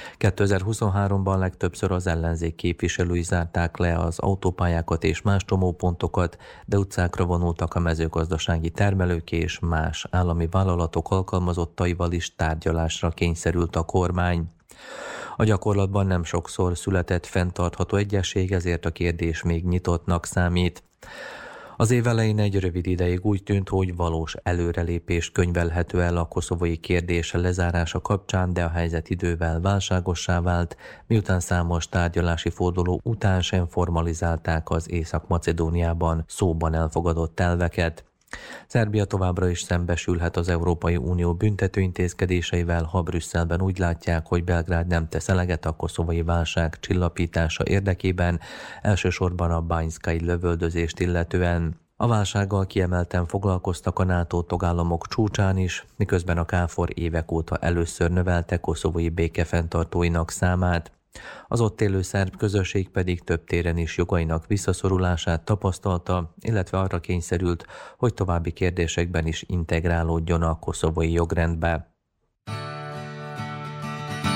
2023-ban legtöbbször az ellenzék képviselői zárták le az autópályákat és más csomópontokat, de utcákra vonultak a mezőgazdasági termelők és más állami vállalatok alkalmazottaival is tárgyalásra kényszerült a kormány. A gyakorlatban nem sokszor született fenntartható egyesség, ezért a kérdés még nyitottnak számít. Az év elején egy rövid ideig úgy tűnt, hogy valós előrelépés könyvelhető el a koszovói kérdés lezárása kapcsán, de a helyzet idővel válságossá vált, miután számos tárgyalási forduló után sem formalizálták az Észak-Macedóniában szóban elfogadott elveket. Szerbia továbbra is szembesülhet az Európai Unió büntetőintézkedéseivel, ha Brüsszelben úgy látják, hogy Belgrád nem tesz eleget a koszovói válság csillapítása érdekében, elsősorban a bányszkai lövöldözést illetően. A válsággal kiemelten foglalkoztak a NATO tagállamok csúcsán is, miközben a KFOR évek óta először növelte koszovói békefenntartóinak számát. Az ott élő szerb közösség pedig több téren is jogainak visszaszorulását tapasztalta, illetve arra kényszerült, hogy további kérdésekben is integrálódjon a koszovói jogrendbe.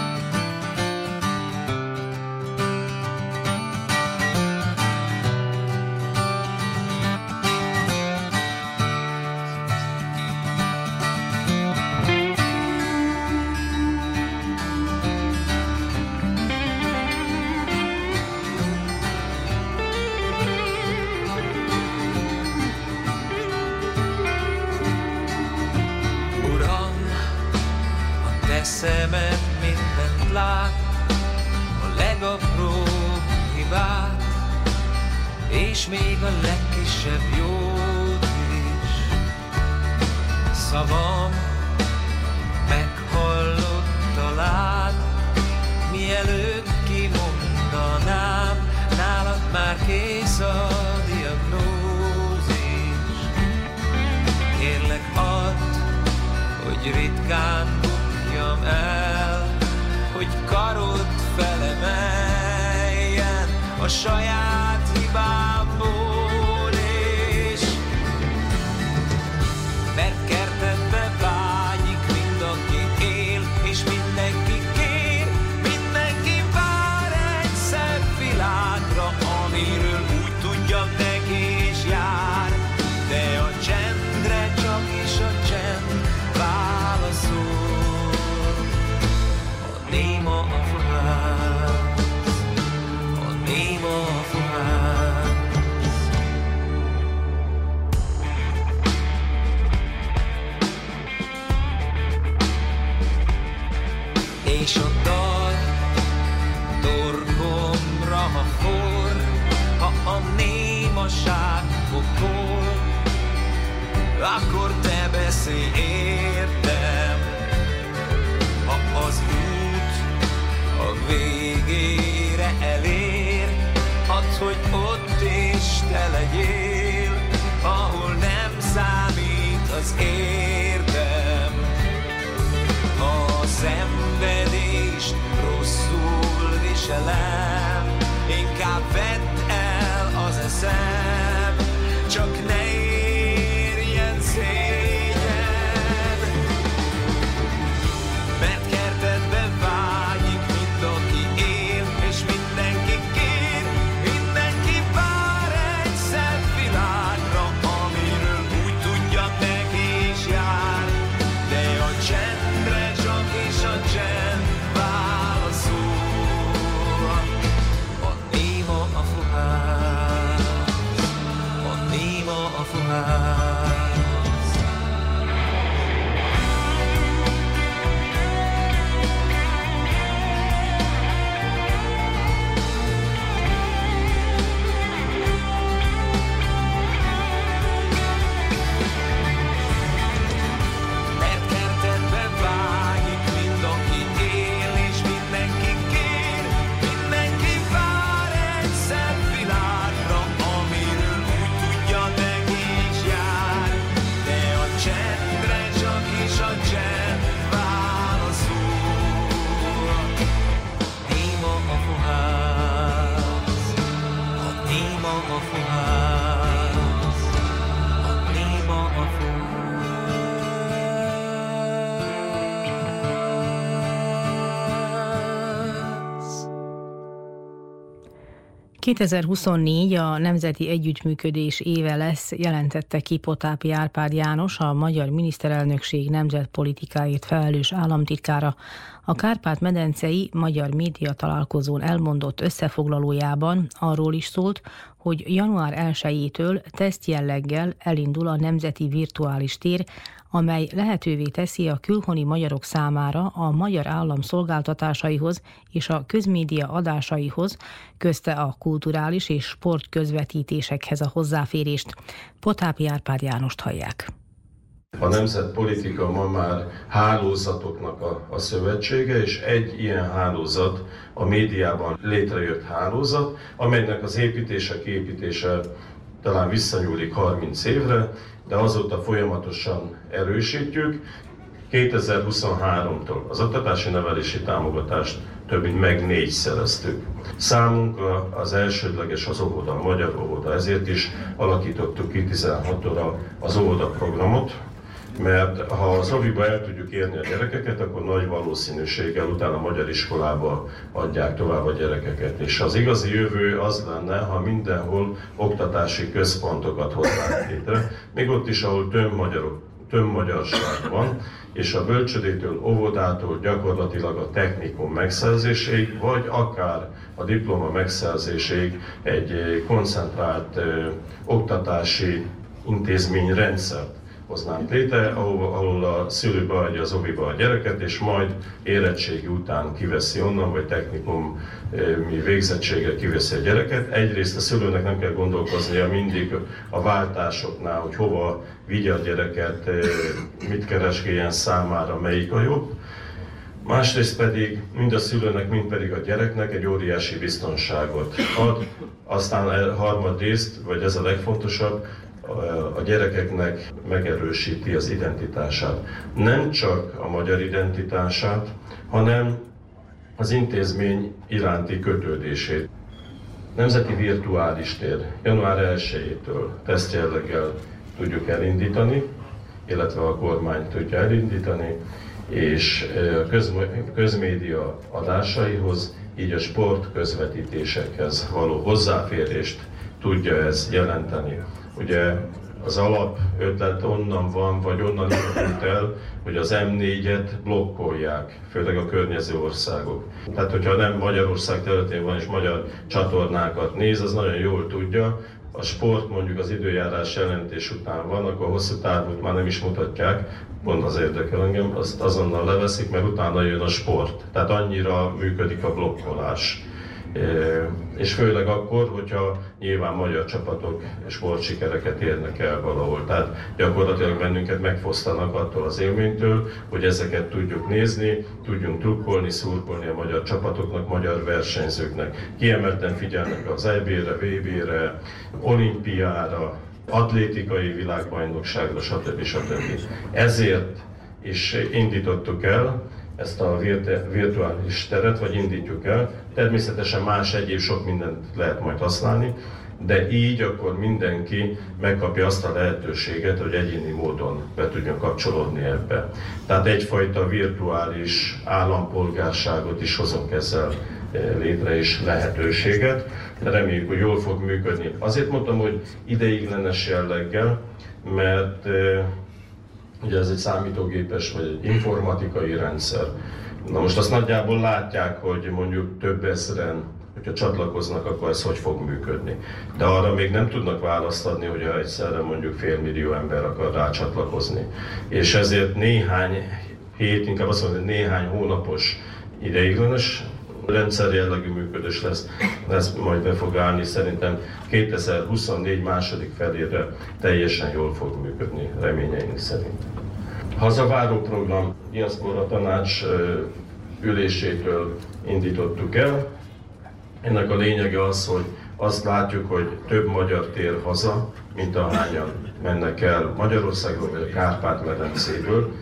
és még a legkisebb jót is. Szavam meghallott talán, mielőtt kimondanám, nálad már kész a diagnózis. Kérlek add, hogy ritkán bukjam el, hogy karod felemeljen a saját hibámból is. Mert kertedbe vágyik mind, aki él, és mindenki kér, mindenki vár egy szebb világra, amiről úgy tudja neki is jár. De a csendre csak is a csend válaszol. A néma a fohász, a néma a fohász. És a dal torkomra forr, ha a némaság pokol, akkor te beszélj értem. Ha az út a végére elér, add, hogy ott is te legyél, ahol nem számít az érdem. Ha a szenvedést rosszul viselem, inkább vedd el az eszem, csak ne érjen szégyen. Mert kertedbe vágyik mind, aki él, és mindenki kér, mindenki vár egy szebb világra, amiről úgy tudja neki is jár. De a csendre csak is a csend válaszol. A néma a fohász, a néma a fohász. 2024 a Nemzeti Együttműködés éve lesz, jelentette ki Pothápi Árpád János, a Magyar Miniszterelnökség nemzetpolitikáért felelős államtitkára. A Kárpát-medencei Magyar Média Találkozón elmondott összefoglalójában arról is szólt, hogy január 1-től tesztjelleggel elindul a Nemzeti Virtuális Tér, amely lehetővé teszi a külhoni magyarok számára a magyar állam szolgáltatásaihoz és a közmédia adásaihoz, közte a kulturális és sport közvetítésekhez a hozzáférést. Pothápi Árpád Jánost hallják. A nemzetpolitika ma már hálózatoknak a szövetsége, és egy ilyen hálózat a médiában létrejött hálózat, amelynek az építése talán visszanyúlik 30 évre, de azóta folyamatosan erősítjük. 2023-tól az oktatási nevelési támogatást több mint meg 4-szereztük. Számunkra az elsődleges az óvoda, a magyar óvoda, ezért is alakítottuk ki 16-ra az óvoda programot, mert ha az óviba el tudjuk érni a gyerekeket, akkor nagy valószínűséggel utána a magyar iskolába adják tovább a gyerekeket. És az igazi jövő az lenne, ha mindenhol oktatási központokat hoznánk létre, még ott is, ahol több magyarság van, és a bölcsödétől, óvodától gyakorlatilag a technikum megszerzéséig, vagy akár a diploma megszerzéséig egy koncentrált oktatási intézményrendszert hoznánk létre, ahol a szülő beadja az oviba a gyereket, és majd érettségi után kiveszi onnan, vagy technikumi végzettséggel kiveszi a gyereket. Egyrészt a szülőnek nem kell gondolkoznia mindig a váltásoknál, hogy hova vigye a gyereket, mit keresgéljen számára, melyik a jobb. Másrészt pedig mind a szülőnek, mind pedig a gyereknek egy óriási biztonságot ad. Aztán harmadrészt, vagy ez a legfontosabb, a gyerekeknek megerősíti az identitását. Nem csak a magyar identitását, hanem az intézmény iránti kötődését. Nemzeti virtuális tér január 1-től tesztjelleggel tudjuk elindítani, illetve a kormány tudja elindítani, és közmédia adásaihoz, így a sport közvetítésekhez való hozzáférést tudja ez jelenteni. Ugye az alap ötlet onnan van, vagy onnan indult el, hogy az M4-et blokkolják, főleg a környező országok. Tehát, hogyha nem Magyarország területén van és magyar csatornákat néz, az nagyon jól tudja. A sport mondjuk az időjárás jelentés után van, akkor a hosszú távút már nem is mutatják, pont az érdekel engem, azt azonnal leveszik, mert utána jön a sport. Tehát annyira működik a blokkolás. És főleg akkor, hogyha nyilván magyar csapatok sportsikereket érnek el valahol. Tehát gyakorlatilag bennünket megfosztanak attól az élménytől, hogy ezeket tudjuk nézni, tudjunk drukkolni, szurkolni a magyar csapatoknak, magyar versenyzőknek. Kiemelten figyelnek az EB-re, VB-re, olimpiára, atlétikai világbajnokságra, stb. Ezért is indítottuk el ezt a virtuális teret, vagy indítjuk el. Természetesen más egyéb sok mindent lehet majd használni, de így akkor mindenki megkapja azt a lehetőséget, hogy egyéni módon be tudjon kapcsolódni ebbe. Tehát egyfajta virtuális állampolgárságot is hozunk ezzel létre, és lehetőséget. Reméljük, hogy jól fog működni. Azért mondtam, hogy ideiglenes jelleggel, mert ugye ez egy számítógépes vagy egy informatikai rendszer. Na most azt nagyjából látják, hogy mondjuk több ezren, hogyha csatlakoznak, akkor ez hogy fog működni. De arra még nem tudnak választ adni, hogyha egyszerre mondjuk 500 000 ember akar rá csatlakozni. És ezért néhány hét, inkább azt mondom, hogy néhány hónapos ideiglenes rendszer jellegű működés lesz. Ez majd be fog állni, szerintem 2024 második felére teljesen jól fog működni, reményeink szerint. Hazaváró program diaszpora tanács ülésétől indítottuk el. Ennek a lényege az, hogy azt látjuk, hogy több magyar tér haza, mint ahányan mennek el Magyarországról vagy a Kárpát-medencéből,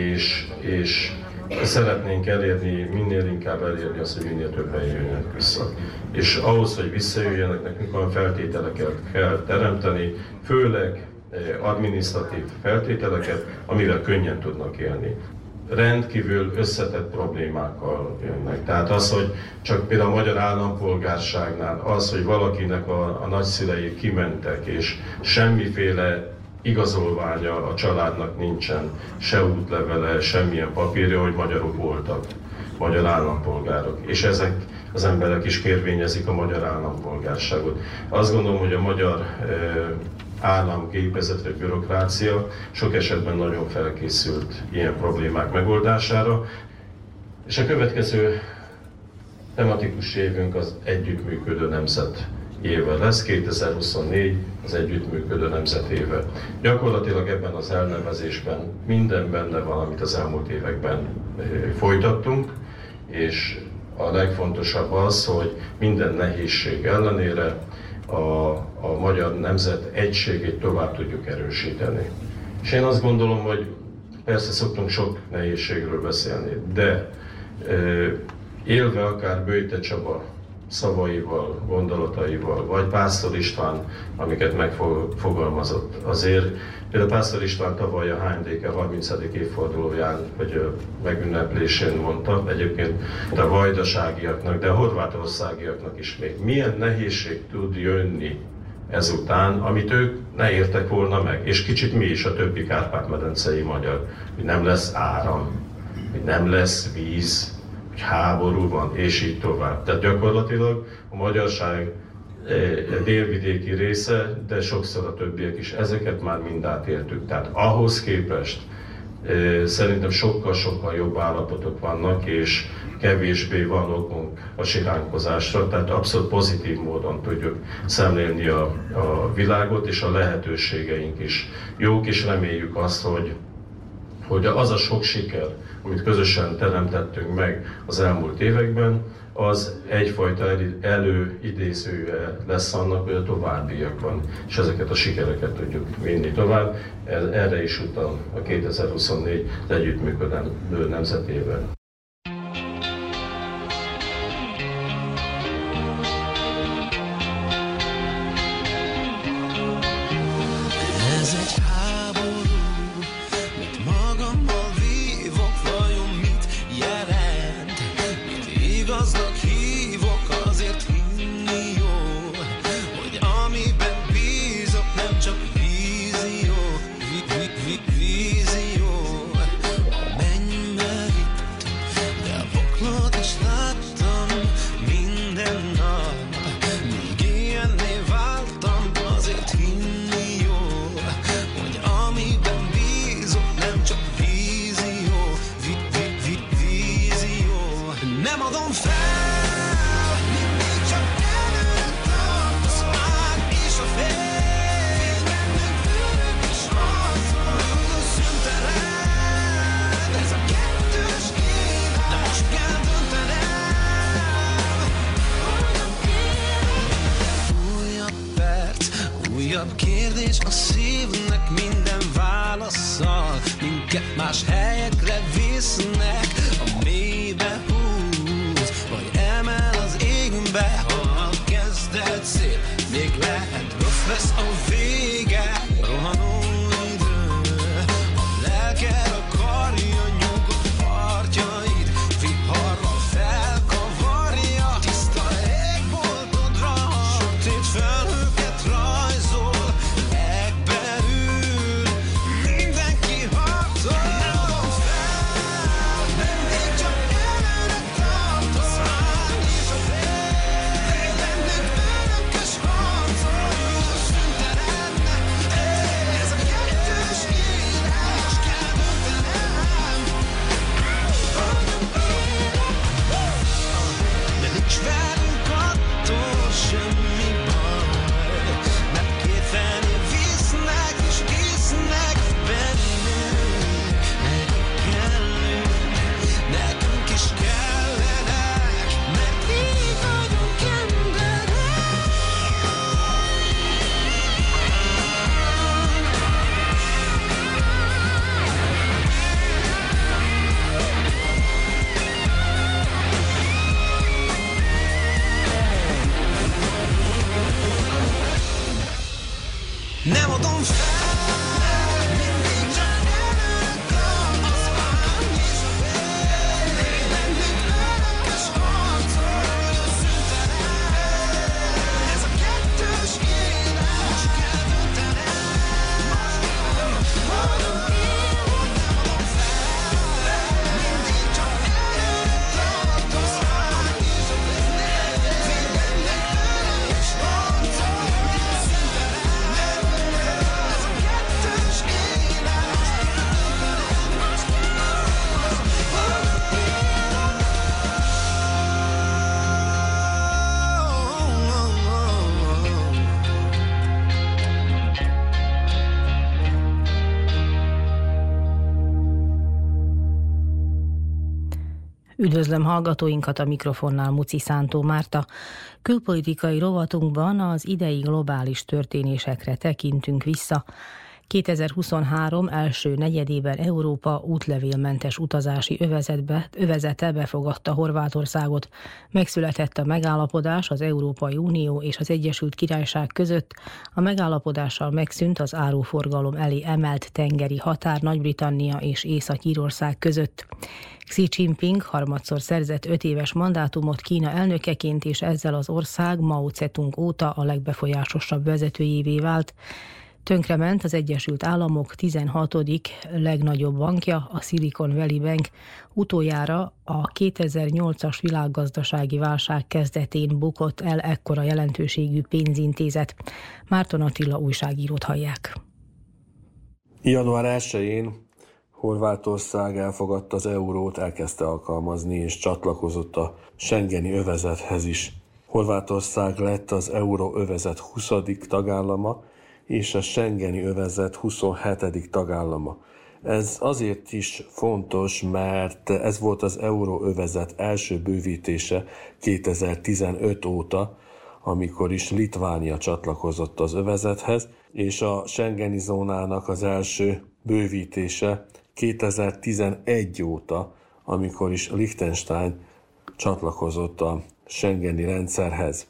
és szeretnénk elérni, minél inkább elérni azt, hogy minél többen jöjjenek vissza. És ahhoz, hogy visszajöjjenek, nekünk olyan feltételeket kell teremteni, főleg adminisztratív feltételeket, amivel könnyen tudnak élni. Rendkívül összetett problémákkal jönnek. Tehát az, hogy csak például a magyar állampolgárságnál az, hogy valakinek a nagyszülei kimentek, és semmiféle igazolványa a családnak nincsen, se útlevele, semmilyen papírja, hogy magyarok voltak, magyar állampolgárok. És ezek az emberek is kérvényezik a magyar állampolgárságot. Azt gondolom, hogy a magyar államgépezet vagy bürokrácia sok esetben nagyon felkészült ilyen problémák megoldására. És a következő tematikus évünk az együttműködő nemzet éve lesz, 2024 az együttműködő nemzet éve. Gyakorlatilag ebben az elnevezésben minden benne van, amit az elmúlt években folytattunk, és a legfontosabb az, hogy minden nehézség ellenére a magyar nemzet egységét tovább tudjuk erősíteni. És én azt gondolom, hogy persze szoktunk sok nehézségről beszélni, de élve akár Böjte Csaba szavaival, gondolataival, vagy Pásztor István, amiket megfogalmazott. Azért például Pásztor István tavaly a HMDK 30. évfordulóján, vagy megünneplésén mondta, egyébként a vajdaságiaknak, de a horvátországiaknak is még milyen nehézség tud jönni ezután, amit ők ne értek volna meg, és kicsit mi is, a többi kárpát-medencei magyar, hogy nem lesz áram, hogy nem lesz víz, hogy háború van, és így tovább. Tehát gyakorlatilag a magyarság délvidéki része, de sokszor a többiek is. Ezeket már mind átéltük. Tehát ahhoz képest szerintem sokkal-sokkal jobb állapotok vannak, és kevésbé van okunk a siránkozásra, tehát abszolút pozitív módon tudjuk szemlélni a világot, és a lehetőségeink is jók, és reméljük azt, hogy az a sok siker, amit közösen teremtettünk meg az elmúlt években, az egyfajta előidézője lesz annak, hogy a továbbiakban, és ezeket a sikereket tudjuk vinni tovább. Erre is utal a 2024 együttműködő nemzetével. Ez egy háború, mit magammal vívok, vajon mit jelent? Mit igaznak hívok, azért hinni jó, hogy amiben bízok nem csak vízió, vízió. A mennybe vitt, de a poklot is láttam minden nap, míg ilyenné váltam, azért hinni jó, hogy amiben bízok nem csak vízió, vízió. Nem adom fel, mindig csak előre tartasz már, és a fény bennünk fölök is harcol, szüntelen. Ez a kettős élet, de most kell döntenem, hogyan élek. Újabb perc, újabb kérdés a szívnek minden válasszal, minket más helyekre visznek, a mélybe húz, vagy emel az égbe, ha a kezdet szél, még lehet rossz lesz a vége, rohanó idő, a lelked akarja nyugodt partjait, viharral felkavarja, tiszta égboltodra, sötét felhőket rajzol, legbelül mindenki harcol. Nem adom fel, mindig csak előre tartasz már, és a fény bennünk örökös harcol, szüntelennek. Ez a kettős élet, most kell döntenem, hogyan élek. De nincs velünk attól semmi baj, mert két felé visznek és visznek bennünk. Nekik kellünk, nekünk is kellenek, mert így vagyunk emberek. Nem adom fel, mindig csak előre tartasz már, és a fény bennünk örökös harcol, szüntelen. Ez a kettős élet, most kell döntenem, hogyan élek. Nem adom fel, mindig csak előre tartasz már, és a fény bennünk örökös harcol, szüntelen. Ez a kettős élet, most kell döntenem, most kell Üdvözlöm hallgatóinkat, a mikrofonnál Muci Szántó Márta. Külpolitikai rovatunkban az idei globális történésekre tekintünk vissza. 2023 első negyedében Európa útlevélmentes utazási övezete befogadta Horvátországot. Megszületett a megállapodás az Európai Unió és az Egyesült Királyság között. A megállapodással megszűnt az áruforgalom elé emelt tengeri határ Nagy-Britannia és Észak-Írország között. Xi Jinping harmadszor szerzett 5 éves mandátumot Kína elnökeként, és ezzel az ország Mao Zedong óta a legbefolyásosabb vezetőjévé vált. Tönkrement az Egyesült Államok 16. legnagyobb bankja, a Silicon Valley Bank, utoljára a 2008-as világgazdasági válság kezdetén bukott el ekkora jelentőségű pénzintézet. Márton Attila újságírót hallják. Január 1-én Horvátország elfogadta az eurót, elkezdte alkalmazni és csatlakozott a schengeni övezethez is. Horvátország lett az euróövezet 20. tagállama és a schengeni övezet 27. tagállama. Ez azért is fontos, mert ez volt az euróövezet első bővítése 2015 óta, amikor is Litvánia csatlakozott az övezethez, és a schengeni zónának az első bővítése 2011 óta, amikor is Liechtenstein csatlakozott a schengeni rendszerhez.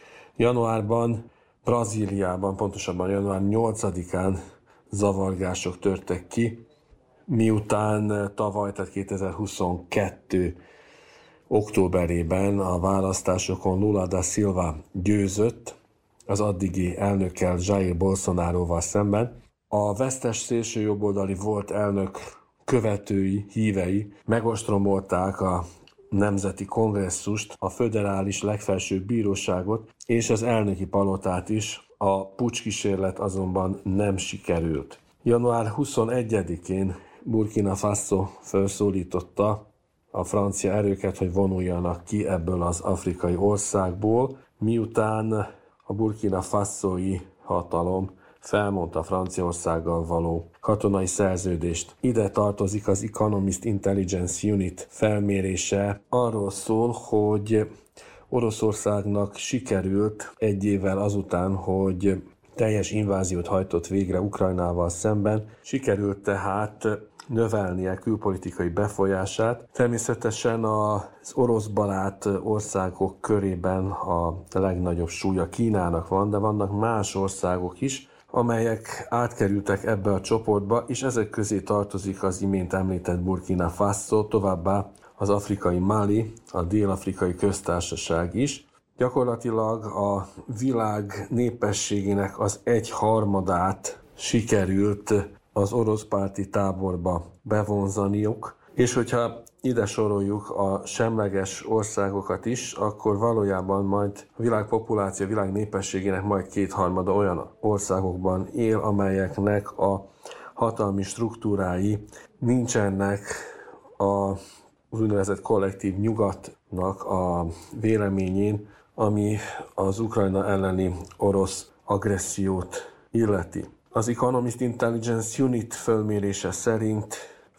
Januárban Brazíliában, pontosabban január 8-án zavargások törtek ki, miután tavaly, tehát 2022 októberében a választásokon Lula da Silva győzött az addigi elnökkel, Jair Bolsonaroval szemben. A vesztes szélsőjobboldali volt elnök követői, hívei megostromolták a Nemzeti Kongresszust, a föderális legfelsőbb bíróságot és az elnöki palotát is. A pucskísérlet azonban nem sikerült. Január 21-én Burkina Faso felszólította a francia erőket, hogy vonuljanak ki ebből az afrikai országból, miután a Burkina Fasói hatalom felmondta Franciaországgal való katonai szerződést. Ide tartozik az Economist Intelligence Unit felmérése. Arról szól, hogy Oroszországnak sikerült egy évvel azután, hogy teljes inváziót hajtott végre Ukrajnával szemben, sikerült tehát növelnie külpolitikai befolyását. Természetesen az orosz barát országok körében a legnagyobb súlya Kínának van, de vannak más országok is, amelyek átkerültek ebbe a csoportba, és ezek közé tartozik az imént említett Burkina Faso, továbbá az afrikai Mali, a Dél-Afrikai Köztársaság is. Gyakorlatilag a világ népességének az 1/3 sikerült az orosz párti táborba bevonzaniuk, és hogyha ide soroljuk a semleges országokat is, akkor valójában majd a világ populáció, a világ népességének majd 2/3 olyan országokban él, amelyeknek a hatalmi struktúrái nincsenek az úgynevezett kollektív nyugatnak a véleményén, ami az Ukrajna elleni orosz agressziót illeti. Az Economist Intelligence Unit fölmérése szerint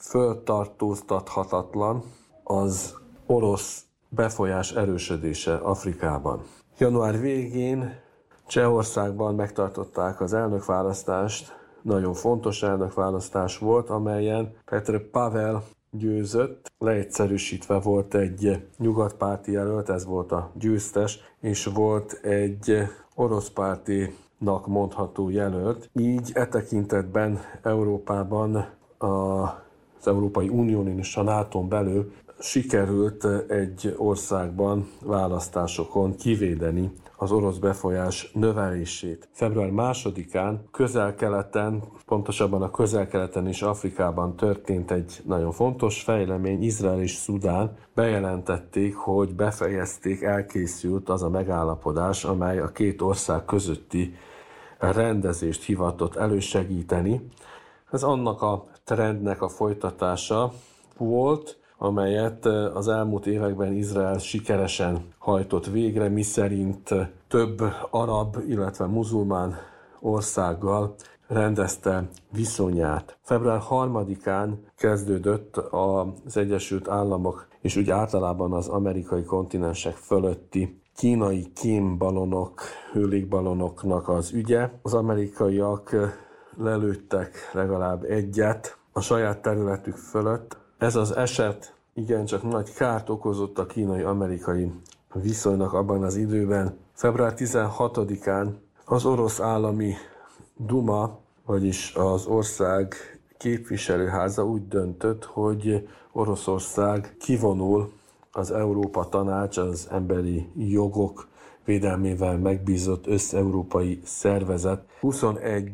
föltartóztathatatlan az orosz befolyás erősödése Afrikában. Január végén Csehországban megtartották az elnökválasztást, nagyon fontos elnökválasztás volt, amelyen Petr Pavel győzött. Leegyszerűsítve volt egy nyugatpárti jelölt, ez volt a győztes, és volt egy orosz pártinak mondható jelölt. Így e tekintetben Európában, az Európai Unión és a NATO-n belül sikerült egy országban választásokon kivédeni az orosz befolyás növelését. Február 2-án Közel-Keleten, pontosabban a Közel-Keleten és Afrikában történt egy nagyon fontos fejlemény. Izrael és Szudán bejelentették, hogy befejezték, elkészült az a megállapodás, amely a két ország közötti rendezést hivatott elősegíteni. Ez annak a trendnek a folytatása volt, amelyet az elmúlt években Izrael sikeresen hajtott végre, miszerint több arab, illetve muzulmán országgal rendezte viszonyát. Február 3-án kezdődött az Egyesült Államok és úgy általában az amerikai kontinensek fölötti kínai kémbalonok, hőlégballonoknak az ügye. Az amerikaiak lelőttek legalább egyet a saját területük fölött. Ez az eset igencsak nagy kárt okozott a kínai-amerikai viszonynak abban az időben. Február 16-án az orosz állami Duma, vagyis az ország képviselőháza úgy döntött, hogy Oroszország kivonul az Európa Tanács, az emberi jogok védelmével megbízott összeurópai szervezet 21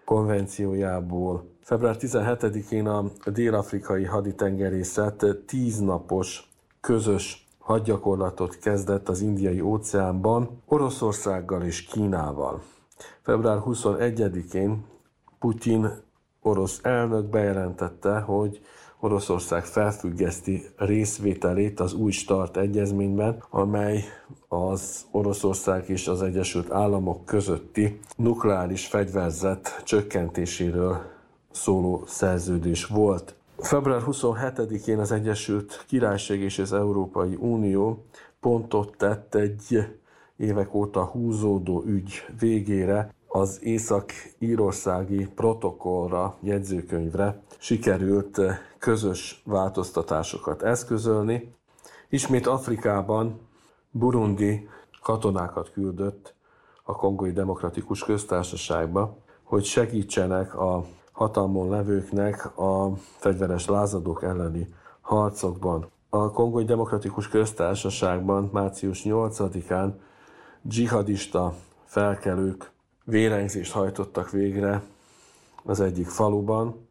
konvenciójából. Február 17-én a dél-afrikai haditengerészet 10 napos közös hadgyakorlatot kezdett az Indiai óceánban Oroszországgal és Kínával. Február 21-én Putyin orosz elnök bejelentette, hogy Oroszország felfüggeszti részvételét az új START egyezményben, amely az Oroszország és az Egyesült Államok közötti nukleáris fegyverzet csökkentéséről szóló szerződés volt. Február 27-én az Egyesült Királyság és az Európai Unió pontot tett egy évek óta húzódó ügy végére. Az észak-írországi protokollra, jegyzőkönyvre sikerült közös változtatásokat eszközölni. Ismét Afrikában Burundi katonákat küldött a Kongói Demokratikus Köztársaságba, hogy segítsenek a hatalmon levőknek a fegyveres lázadók elleni harcokban. A Kongói Demokratikus Köztársaságban március 8-án dzsihadista felkelők vérengzést hajtottak végre az egyik faluban,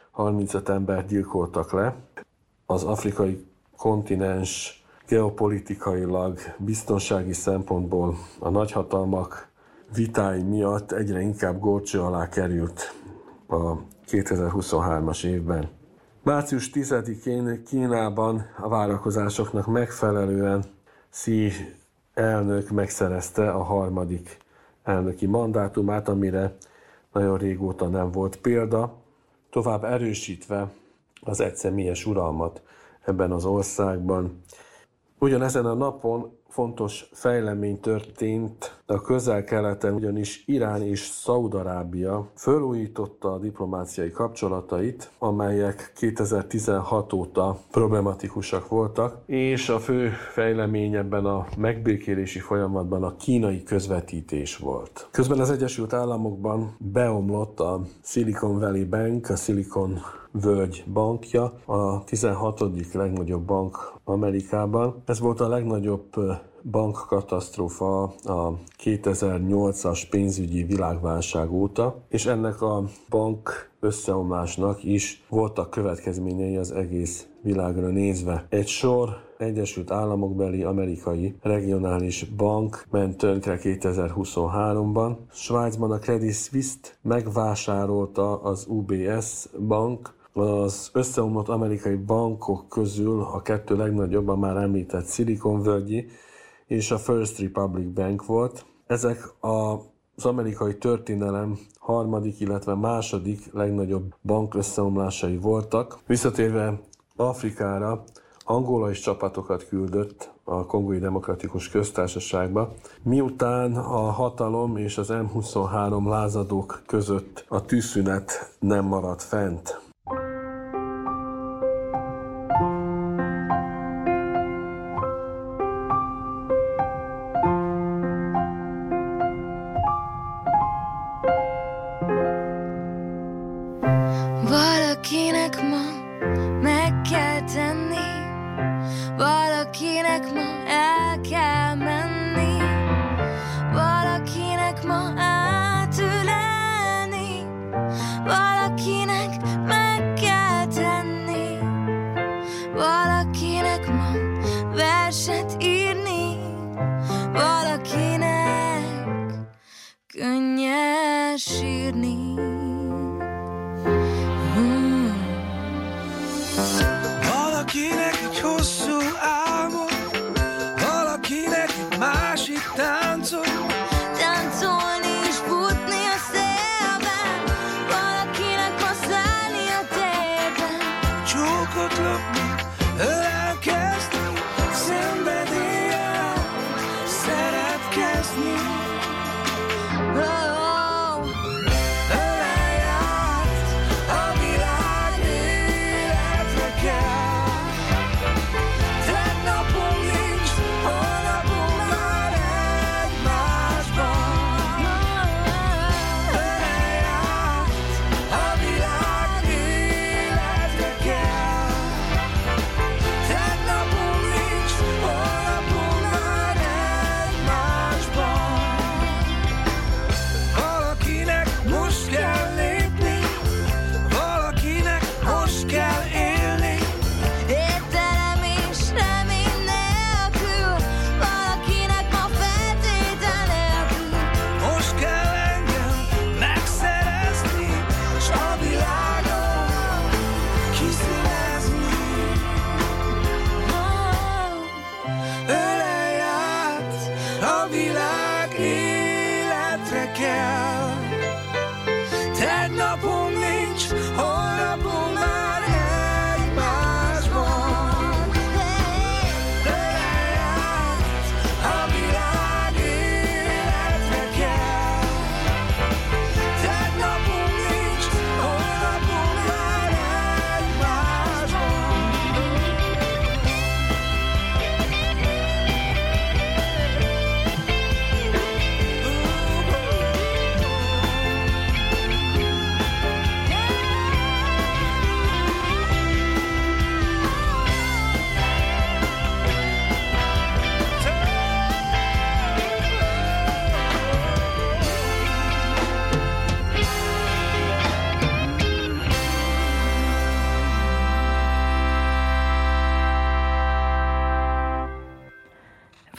35 embert gyilkoltak le. Az afrikai kontinens geopolitikailag, biztonsági szempontból a nagyhatalmak vitái miatt egyre inkább górcső alá került a 2023-as évben. Március 10-én Kínában a várakozásoknak megfelelően Xi elnök megszerezte a 3. elnöki mandátumát, amire nagyon régóta nem volt példa, tovább erősítve az egyszemélyes uralmat ebben az országban. Ugyanezen a napon fontos fejlemény történt a Közel-Keleten, ugyanis Irán és Szaúd-Arábia fölújította a diplomáciai kapcsolatait, amelyek 2016 óta problematikusak voltak, és a fő fejlemény ebben a megbékélési folyamatban a kínai közvetítés volt. Közben az Egyesült Államokban beomlott a Silicon Valley Bank, a Silicon Völgy bankja, a 16. legnagyobb bank Amerikában. Ez volt a legnagyobb bankkatasztrófa a 2008-as pénzügyi világválság óta, és ennek a bank összeomlásnak is voltak következményei az egész világra nézve. Egy sor Egyesült Államokbeli amerikai regionális bank ment tönkre 2023-ban. Svájcban a Credit Suisse-t megvásárolta az UBS bank. Az összeomlott amerikai bankok közül a 2 legnagyobb, a már említett Silicon Valley és a First Republic Bank volt. Ezek az amerikai történelem 3., illetve 2. legnagyobb bank összeomlásai voltak. Visszatérve Afrikára, Angola is csapatokat küldött a Kongói Demokratikus Köztársaságba, miután a hatalom és az M23 lázadók között a tűzszünet nem maradt fent. Valakinek ma meg kell tenni, valakinek ma el kell menni, valakinek ma átülelni, valakinek meg kell tenni, valakinek ma verset írni, valakinek könnyes sírni. Valakinek egy hosszú álmod, valakinek egy másik táncod, táncolni és futni a szélben, valakinek ma szállni a térben, csókot lopni, ölelkezni, szenvedéllyel szeretkezni. oh, oh.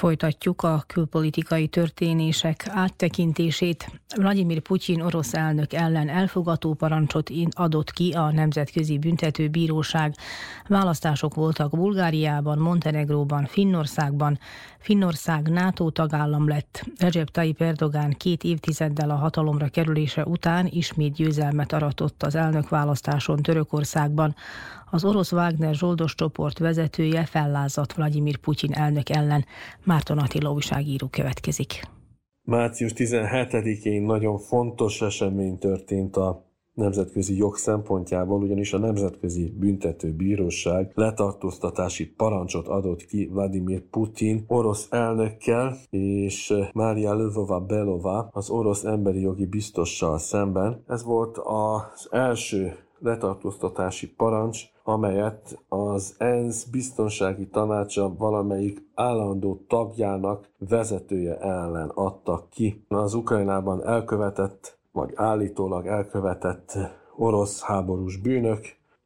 Folytatjuk a külpolitikai történések áttekintését. Vladimir Putyin orosz elnök ellen elfogató parancsot adott ki a Nemzetközi Büntetőbíróság. Választások voltak Bulgáriában, Montenegróban, Finnországban. Finnország NATO tagállam lett. Recep Tayyip Erdogan 2 évtizeddel a hatalomra kerülése után ismét győzelmet aratott az elnökválasztáson Törökországban. Az orosz Wagner zsoldos csoport vezetője fellázadt Vladimir Putyin elnök ellen. Márton Attila újságíró következik. Március 17-én nagyon fontos esemény történt a nemzetközi jog szempontjából, ugyanis a Nemzetközi Büntetőbíróság letartóztatási parancsot adott ki Vladimir Putyin orosz elnökkel és Mária Lvova-Belova, az orosz emberi jogi biztossal szemben. Ez volt az első letartóztatási parancs, amelyet az ENSZ biztonsági tanácsa valamelyik állandó tagjának vezetője ellen adtak ki. Az Ukrajnában elkövetett, vagy állítólag elkövetett orosz háborús bűnök,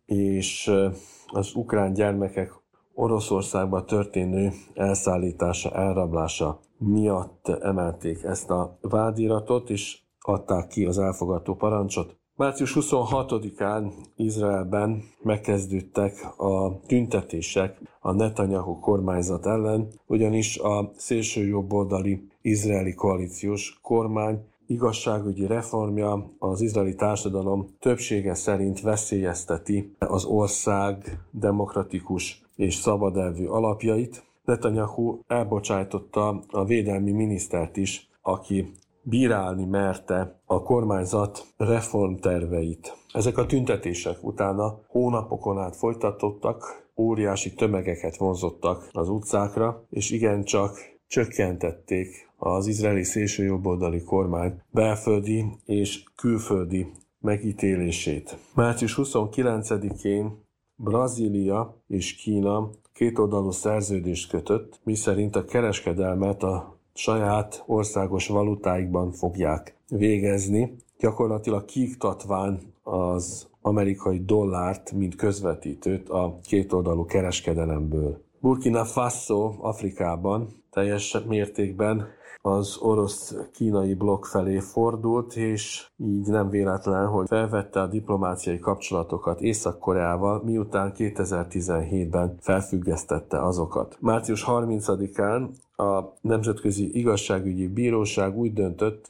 és az ukrán gyermekek Oroszországba történő elszállítása, elrablása miatt emelték ezt a vádiratot, és adták ki az elfogadó parancsot. Március 26-án Izraelben megkezdődtek a tüntetések a Netanyahu kormányzat ellen, ugyanis a szélsőjobboldali izraeli koalíciós kormány igazságügyi reformja az izraeli társadalom többsége szerint veszélyezteti az ország demokratikus és szabadelvű alapjait. Netanyahu elbocsájtotta a védelmi minisztert is, aki bírálni merte a kormányzat reformterveit. Ezek a tüntetések utána hónapokon át folytatódtak, óriási tömegeket vonzottak az utcákra, és igencsak csökkentették az izraeli szélsőjobboldali kormány belföldi és külföldi megítélését. Március 29-én Brazília és Kína kétoldalú szerződést kötött, miszerint a kereskedelmet a saját országos valutáikban fogják végezni, gyakorlatilag kiiktatván az amerikai dollárt, mint közvetítőt a kétoldalú kereskedelemből. Burkina Faso Afrikában teljes mértékben az orosz-kínai blokk felé fordult, és így nem véletlen, hogy felvette a diplomáciai kapcsolatokat Észak-Koreával, miután 2017-ben felfüggesztette azokat. Március 30-án a Nemzetközi Igazságügyi Bíróság úgy döntött,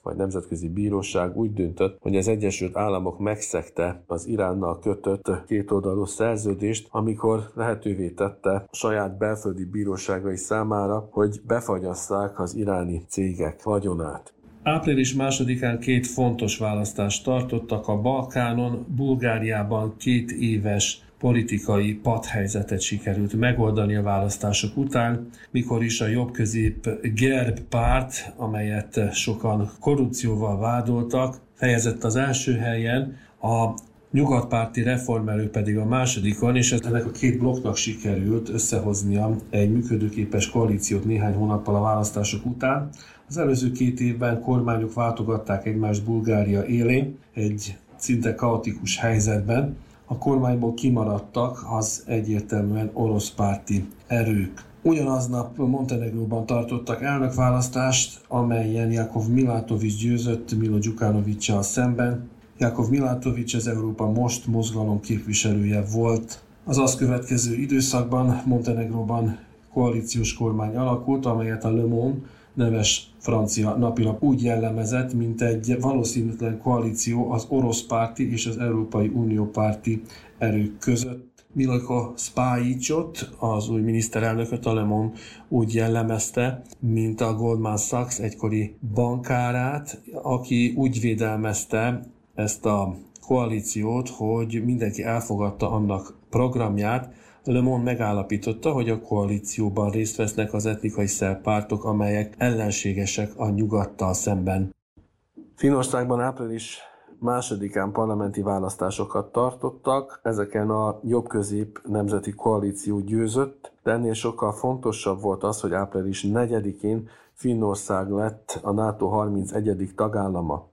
hogy az Egyesült Államok megszegte az Iránnal kötött kétoldalú szerződést, amikor lehetővé tette a saját belföldi bíróságai számára, hogy befagyasszák az iráni cégek vagyonát. Április 2-án 2 fontos választást tartottak a Balkánon. Bulgáriában 2 éves politikai padhelyzetet sikerült megoldani a választások után, mikor is a jobbközép GERB párt, amelyet sokan korrupcióval vádoltak, fejezett az első helyen, a nyugatpárti reformerők pedig a másodikon, és ennek a 2 blokknak sikerült összehoznia egy működőképes koalíciót néhány hónappal a választások után. Az előző 2 évben kormányok váltogatták egymást Bulgária élén, egy szinte kaotikus helyzetben. A kormányból kimaradtak az egyértelműen orosz párti erők. Ugyanaznap Montenegróban tartottak elnökválasztást, amelyen Jakov Milátovics győzött Milo Djukanovics-sal szemben. Jakov Milátovics az Európa Most mozgalom képviselője volt. Az azt következő időszakban Montenegróban koalíciós kormány alakult, amelyet a Le Monde neves francia napilap úgy jellemezett, mint egy valószínűtlen koalíció az orosz párti és az Európai Unió párti erők között. Milko Spajićot, az új miniszterelnököt a Le Monde úgy jellemezte, mint a Goldman Sachs egykori bankárát, aki úgy védelmezte ezt a koalíciót, hogy mindenki elfogadta annak programját. Le Monde megállapította, hogy a koalícióban részt vesznek az etnikai szerb pártok, amelyek ellenségesek a nyugattal szemben. Finnországban április 2-án parlamenti választásokat tartottak, ezeken a jobb-közép nemzeti koalíció győzött, de ennél sokkal fontosabb volt az, hogy április 4-én Finnország lett a NATO 31. tagállama.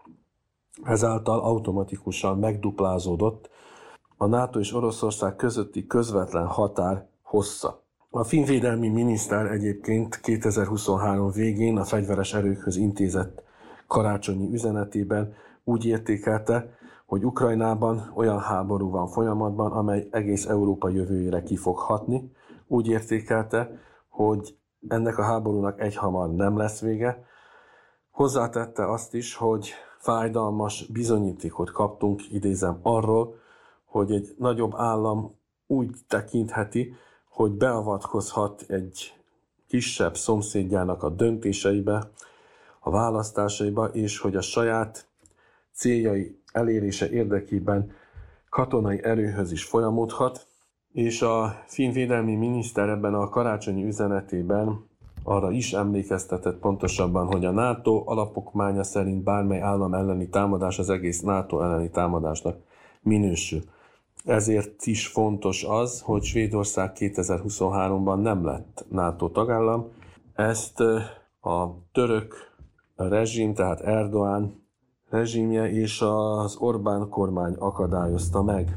Ezáltal automatikusan megduplázódott a NATO és Oroszország közötti közvetlen határ hossza. A finn védelmi miniszter egyébként 2023 végén a fegyveres erőkhöz intézett karácsonyi üzenetében úgy értékelte, hogy Ukrajnában olyan háború van folyamatban, amely egész Európa jövőjére ki fog hatni. Úgy értékelte, hogy ennek a háborúnak egyhamar nem lesz vége. Hozzátette azt is, hogy fájdalmas bizonyítékot kaptunk, idézem, arról, hogy egy nagyobb állam úgy tekintheti, hogy beavatkozhat egy kisebb szomszédjának a döntéseibe, a választásaiba, és hogy a saját céljai elérése érdekében katonai erőhöz is folyamodhat, és a finn védelmi miniszter ebben a karácsonyi üzenetében arra is emlékeztetett pontosabban, hogy a NATO alapokmánya szerint bármely állam elleni támadás az egész NATO elleni támadásnak minősül. Ezért is fontos az, hogy Svédország 2023-ban nem lett NATO tagállam. Ezt a török rezsim, tehát Erdoğan rezsimje és az Orbán kormány akadályozta meg.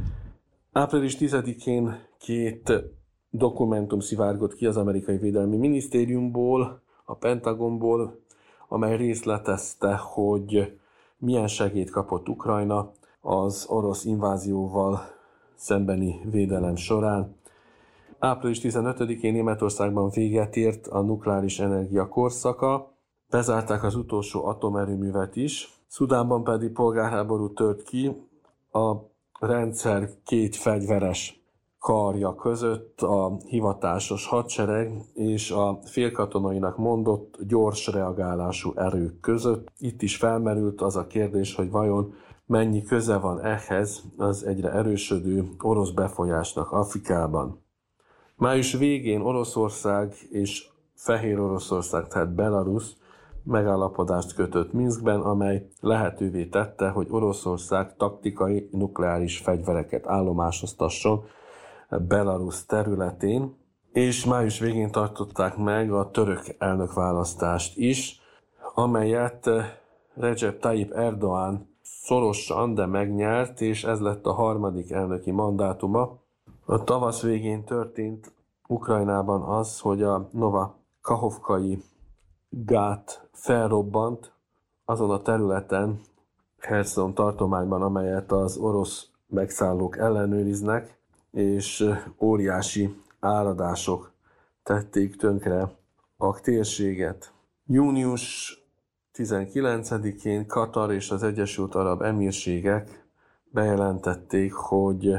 Április 10-én 2 dokumentum szivárgott ki az amerikai védelmi minisztériumból, a Pentagonból, amely részletezte, hogy milyen segélyt kapott Ukrajna az orosz invázióval szembeni védelem során. Április 15-én Németországban véget ért a nukleáris energia korszaka, bezárták az utolsó atomerőművet is, Szudánban pedig polgárháború tört ki a rendszer 2 fegyveres karja között, a hivatásos hadsereg és a félkatonainak mondott gyors reagálású erők között. Itt is felmerült az a kérdés, hogy vajon mennyi köze van ehhez az egyre erősödő orosz befolyásnak Afrikában. Május végén Oroszország és Fehér Oroszország, tehát Belarus megállapodást kötött Minszkben, amely lehetővé tette, hogy Oroszország taktikai nukleáris fegyvereket állomásoztasson Belarus területén, és május végén tartották meg a török elnökválasztást is, amelyet Recep Tayyip Erdoğan szorosan, de megnyert, és ez lett a 3. elnöki mandátuma. A tavasz végén történt Ukrajnában az, hogy a Nova-Kahovkai gát felrobbant azon a területen, Herson tartományban, amelyet az orosz megszállók ellenőriznek, és óriási áradások tették tönkre a térséget. Június 19-én Katar és az Egyesült Arab Emírségek bejelentették, hogy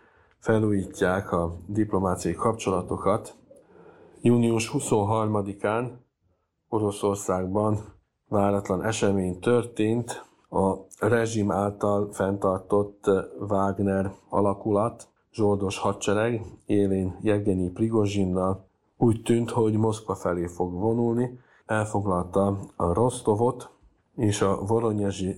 felújítják a diplomáciai kapcsolatokat. Június 23-án Oroszországban váratlan esemény történt. A rezsim által fenntartott Wagner alakulat, zsoldos hadsereg élén Jevgenyi Prigozsinnal úgy tűnt, hogy Moszkva felé fog vonulni. Elfoglalta a Rostovot és a Voronyezsi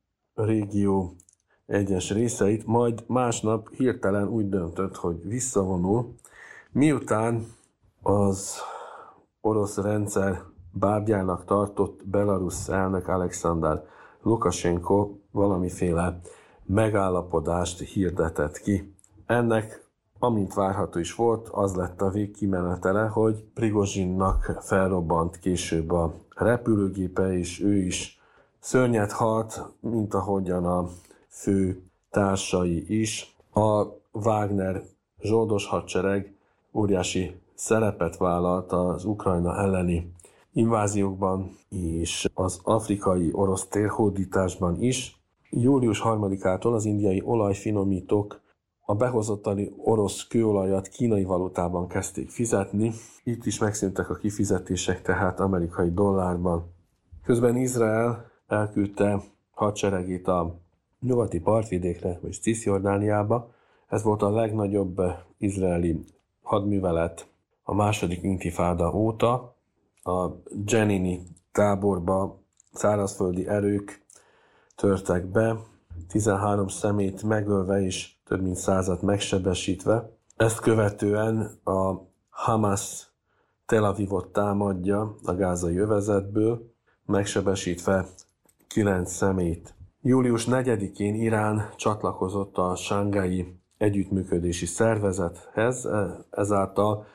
régió egyes részeit, majd másnap hirtelen úgy döntött, hogy visszavonul, miután az orosz rendszer bábjának tartott Belarus elnök Alexander Lukasenko valamiféle megállapodást hirdetett ki. Ennek, amint várható is volt, az lett a végkimenetele, hogy Prigozsinnak felrobbant később a repülőgépe, és ő is szörnyet halt, mint ahogyan a fő társai is. A Wagner zsoldos hadsereg óriási szerepet vállalt az Ukrajna elleni inváziókban és az afrikai orosz térhódításban is. Július 3-ától az indiai olajfinomítók a behozottali orosz kőolajat kínai valutában kezdték fizetni. Itt is megszűntek a kifizetések, tehát amerikai dollárban. Közben Izrael elküldte hadseregét a nyugati partvidékre, vagy Cisjordániába. Ez volt a legnagyobb izraeli hadművelet a második intifáda óta. A Jenini táborba szárazföldi erők törtek be, 13 személyt megölve és több mint 100-at megsebesítve. Ezt követően a Hamas Tel Avivot támadja a gázai övezetből, megsebesítve 9 személyt. Július 4-én Irán csatlakozott a Shanghai Együttműködési Szervezethez, ezáltal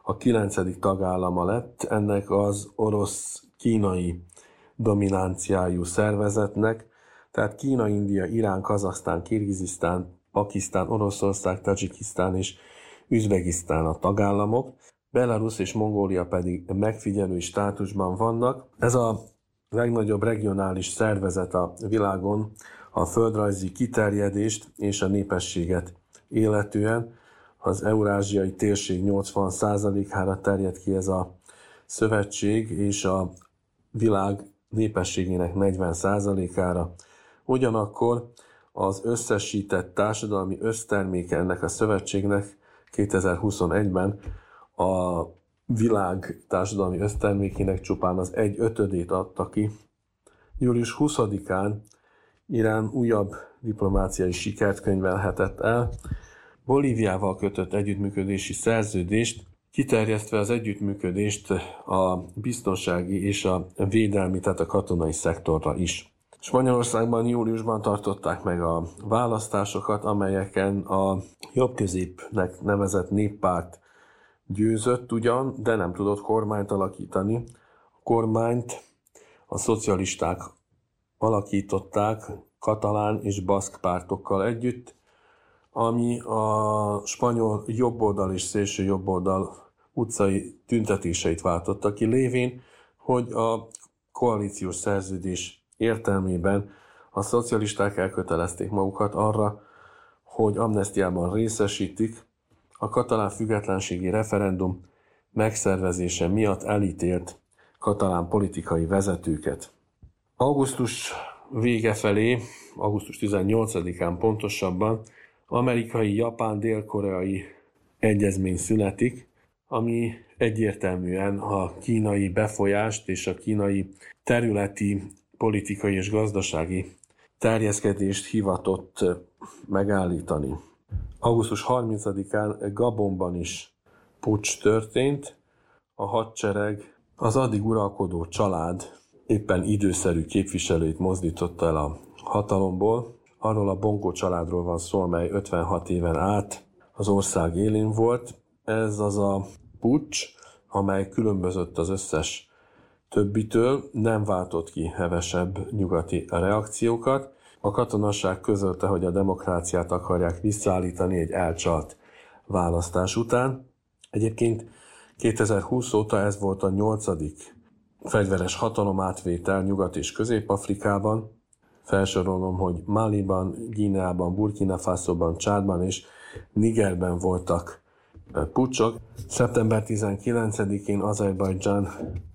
a 9. tagállama lett ennek az orosz-kínai dominanciájú szervezetnek, tehát Kína, India, Irán, Kazahsztán, Kirgizisztán, Pakisztán, Oroszország, Tadzsikisztán és Üzbegisztán a tagállamok, Belarus és Mongólia pedig megfigyelői státusban vannak. Ez a legnagyobb regionális szervezet a világon a földrajzi kiterjedést és a népességet illetően. Az eurázsiai térség 80%-ára terjed ki ez a szövetség, és a világ népességének 40%-ára. Ugyanakkor az összesített társadalmi összterméke ennek a szövetségnek 2021-ben a világ társadalmi össztermékének csupán az 1/5 adta ki. Július 20-án Irán újabb diplomáciai sikert könyvelhetett el, Bolíviával kötött együttműködési szerződést, kiterjesztve az együttműködést a biztonsági és a védelmi, tehát a katonai szektorra is. Spanyolországban júliusban tartották meg a választásokat, amelyeken a jobbközépnek nevezett néppárt győzött ugyan, de nem tudott kormányt alakítani. A kormányt a szocialisták alakították katalán és baszk pártokkal együtt, ami a spanyol jobboldal és szélső jobboldal utcai tüntetéseit váltotta ki, lévén, hogy a koalíciós szerződés értelmében a szocialisták elkötelezték magukat arra, hogy amnesztiában részesítik a katalán függetlenségi referendum megszervezése miatt elítélt katalán politikai vezetőket. Augusztus vége felé, augusztus 18-án pontosabban, amerikai-japán-dél-koreai egyezmény születik, ami egyértelműen a kínai befolyást és a kínai területi, politikai és gazdasági terjeszkedést hivatott megállítani. Augusztus 30-án Gabonban is puccs történt, a hadsereg az addig uralkodó család éppen időszerű képviselőit mozdította el a hatalomból. Arról a Bongo családról van szó, amely 56 éven át az ország élén volt. Ez az a puccs, amely különbözött az összes többitől, nem váltott ki hevesebb nyugati reakciókat. A katonasság közölte, hogy a demokráciát akarják visszaállítani egy elcsalt választás után. Egyébként 2020 óta ez volt a 8. fegyveres hatalomátvétel Nyugat- és Közép-Afrikában. Felsorolom, hogy Maliban, Guineában, Burkina Fasoban, Csádban és Nigerben voltak puccsok. Szeptember 19-én Azerbajdzsán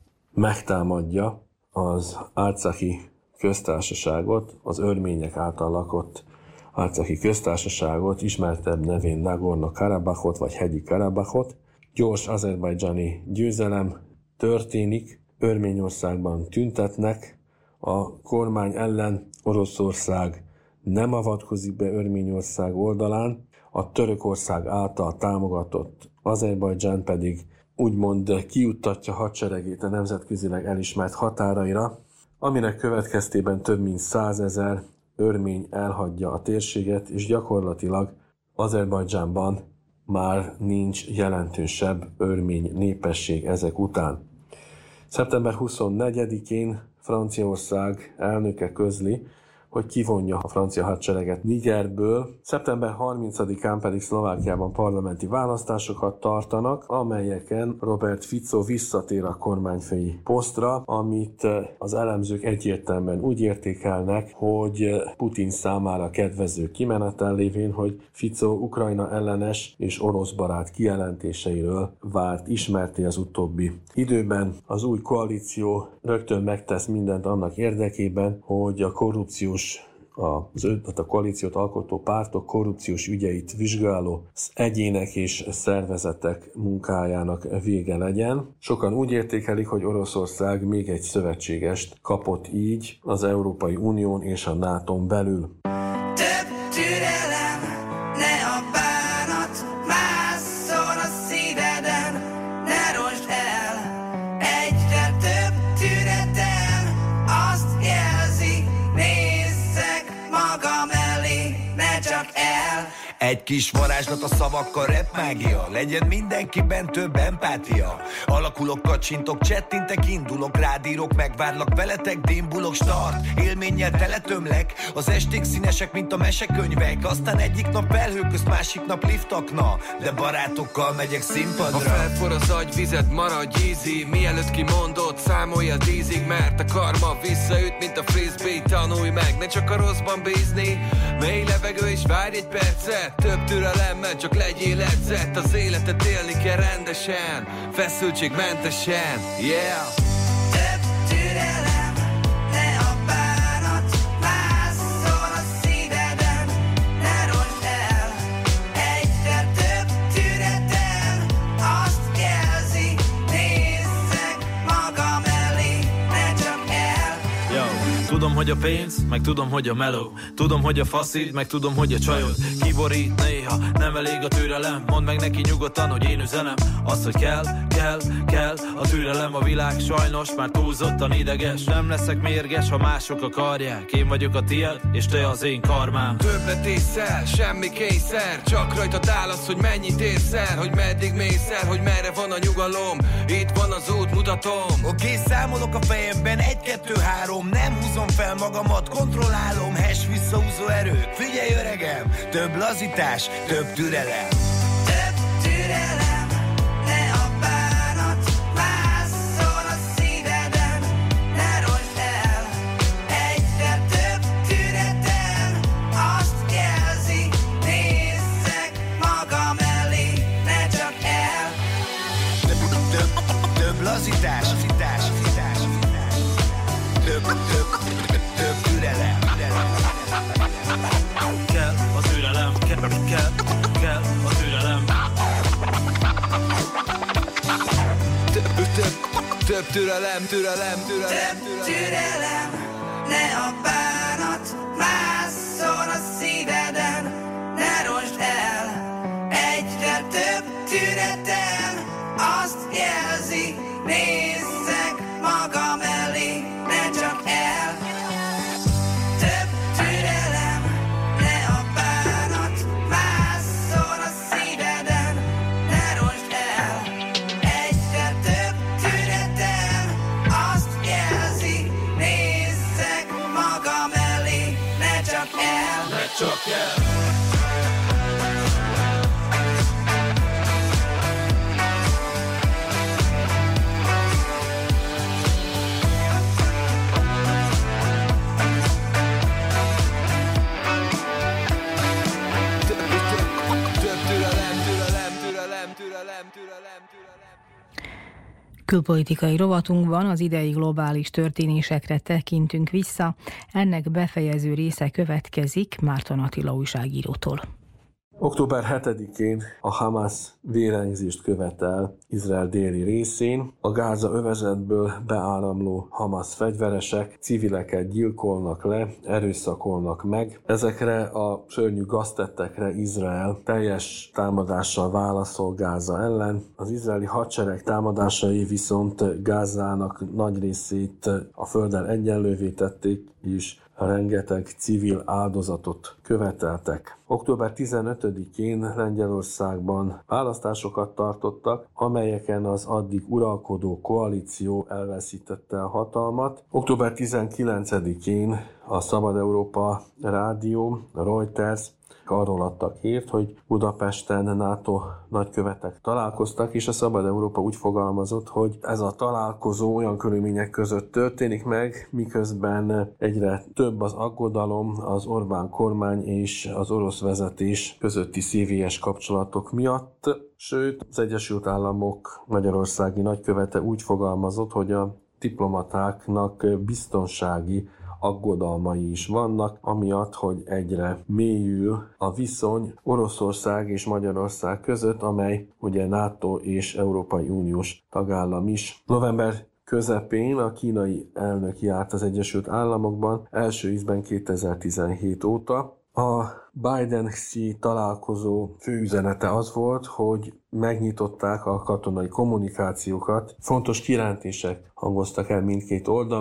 megtámadja az Artsakhi köztársaságot, az örmények által lakott Artsakhi köztársaságot, ismertebb nevén Nagorno-Karabahot vagy Hegyi Karabahot. Gyors azerbajdzsáni győzelem történik, Örményországban tüntetnek, a kormány ellen Oroszország nem avatkozik be Örményország oldalán, a Törökország által támogatott Azerbajdzsán pedig úgymond kijuttatja hadseregét a nemzetközileg elismert határaira, aminek következtében több mint 100 000 örmény elhagyja a térséget, és gyakorlatilag Azerbajdzsánban már nincs jelentősebb örmény népesség ezek után. Szeptember 24-én Franciaország elnöke közli, hogy kivonja a francia hadsereget Nigerből. Szeptember 30-án pedig Szlovákiában parlamenti választásokat tartanak, amelyeken Robert Fico visszatér a kormányfői posztra, amit az elemzők egyértelműen úgy értékelnek, hogy Putin számára kedvező kimenetel, lévén, hogy Fico Ukrajna ellenes és orosz barát kijelentéseiről vált ismerté az utóbbi időben. Az új koalíció rögtön megtesz mindent annak érdekében, hogy a a koalíciót alkotó pártok korrupciós ügyeit vizsgáló egyének és szervezetek munkájának vége legyen. Sokan úgy értékelik, hogy Oroszország még egy szövetségest kapott így az Európai Unión és a NATO-n belül. Több türelem, ne a bánat másszon a szíveden, ne rozsd el. Egyre több türetem azt jelzi, nézzek magam elé, ne csak Egy kis varázslat a szavakkal, rap mágia. Legyen mindenkiben több empátia. Alakulok, kacsintok, csettintek, indulok, rádírok, megvárlak veletek, dimbulok, start. Élménnyel teletömlek, az esték színesek, mint a mesekönyvek. Aztán egyik nap felhők közt, másik nap liftakna, de barátokkal megyek színpadra. Ha felfor az agy, vized maradj easy. Mielőtt kimondod, számolja 10-ig, mert a karma visszaüt, mint a frisbee. Tanulj meg, ne csak a rosszban bízni. Mély levegő és várj egy percet. Több türelemmel, csak legyél edzett. Az életet élni kell rendesen, feszültségmentesen, yeah. Több türelem, ne a bánat, másszol a szíveden, ne rosd el. Egyre több türetem, azt jelzi, nézzek magam elé, ne csak el. Yo, tudom, hogy a pénz, meg tudom, hogy a meló. Tudom, hogy a faszid, meg tudom, hogy a csajod kiborít néha, nem elég a türelem. Mondd meg neki nyugodtan, hogy én üzenem azt, hogy kell a türelem. A világ sajnos már túlzottan ideges. Nem leszek mérges, ha mások akarják. Én vagyok a tiéd, és te az én karmám. Többet észel, semmi kényszer. Csak rajtad áll az, hogy mennyit érsz el, hogy meddig mész el, hogy merre van a nyugalom. Itt van az út, mutatom. Oké, számolok a fejemben, 1, 2, 3. Nem húzom fel magamat, kontrollálom. Hash visszahúzó erők, figyelj öregem. Több lazítás, több türelem. Több türelem, ne a bánat, másszol a szíveden, ne rosd el. Egyre több türetem, azt jelzi, nézzek magam elé, ne csak el. Több lazítás, több türelem. Kell a türelem, kell a türelem. Több türelem. Több türelem, ne a bánat, másszol a szíveden, ne rosd el. Egyre több türetem, azt jelzi, nézzek magam elé, ne csak el. Több türelem, ne a bánat, másszol a szíveden, ne rosd el. Egyre több türetem, azt jelzi, nézzek magam elé, ne csak el. Külpolitikai rovatunkban az idei globális történésekre tekintünk vissza. Ennek befejező része következik Márton Attila újságírótól. Október 7-én a Hamas vérengzést követel Izrael déli részén. A Gáza övezetből beáramló Hamas fegyveresek civileket gyilkolnak le, erőszakolnak meg. Ezekre a szörnyű gaztettekre Izrael teljes támadással válaszol Gáza ellen. Az izraeli hadsereg támadásai viszont Gázának nagy részét a földdel egyenlővé tették, és rengeteg civil áldozatot követeltek. Október 15-én Lengyelországban választásokat tartottak, amelyeken az addig uralkodó koalíció elveszítette a hatalmat. Október 19-én a Szabad Európa Rádió, a Reuters arról adtak hírt, hogy Budapesten NATO nagykövetek találkoztak, és a Szabad Európa úgy fogalmazott, hogy ez a találkozó olyan körülmények között történik meg, miközben egyre több az aggodalom az Orbán kormány és az orosz vezetés közötti szívélyes kapcsolatok miatt. Sőt, az Egyesült Államok magyarországi nagykövete úgy fogalmazott, hogy a diplomatáknak biztonsági aggodalmai is vannak, amiatt, hogy egyre mélyül a viszony Oroszország és Magyarország között, amely ugye NATO és Európai Uniós tagállam is. November közepén a kínai elnök járt az Egyesült Államokban, első ízben 2017 óta. A Biden-Xi találkozó főüzenete az volt, hogy megnyitották a katonai kommunikációkat. Fontos kijelentések hangoztak el mindkét oldalon.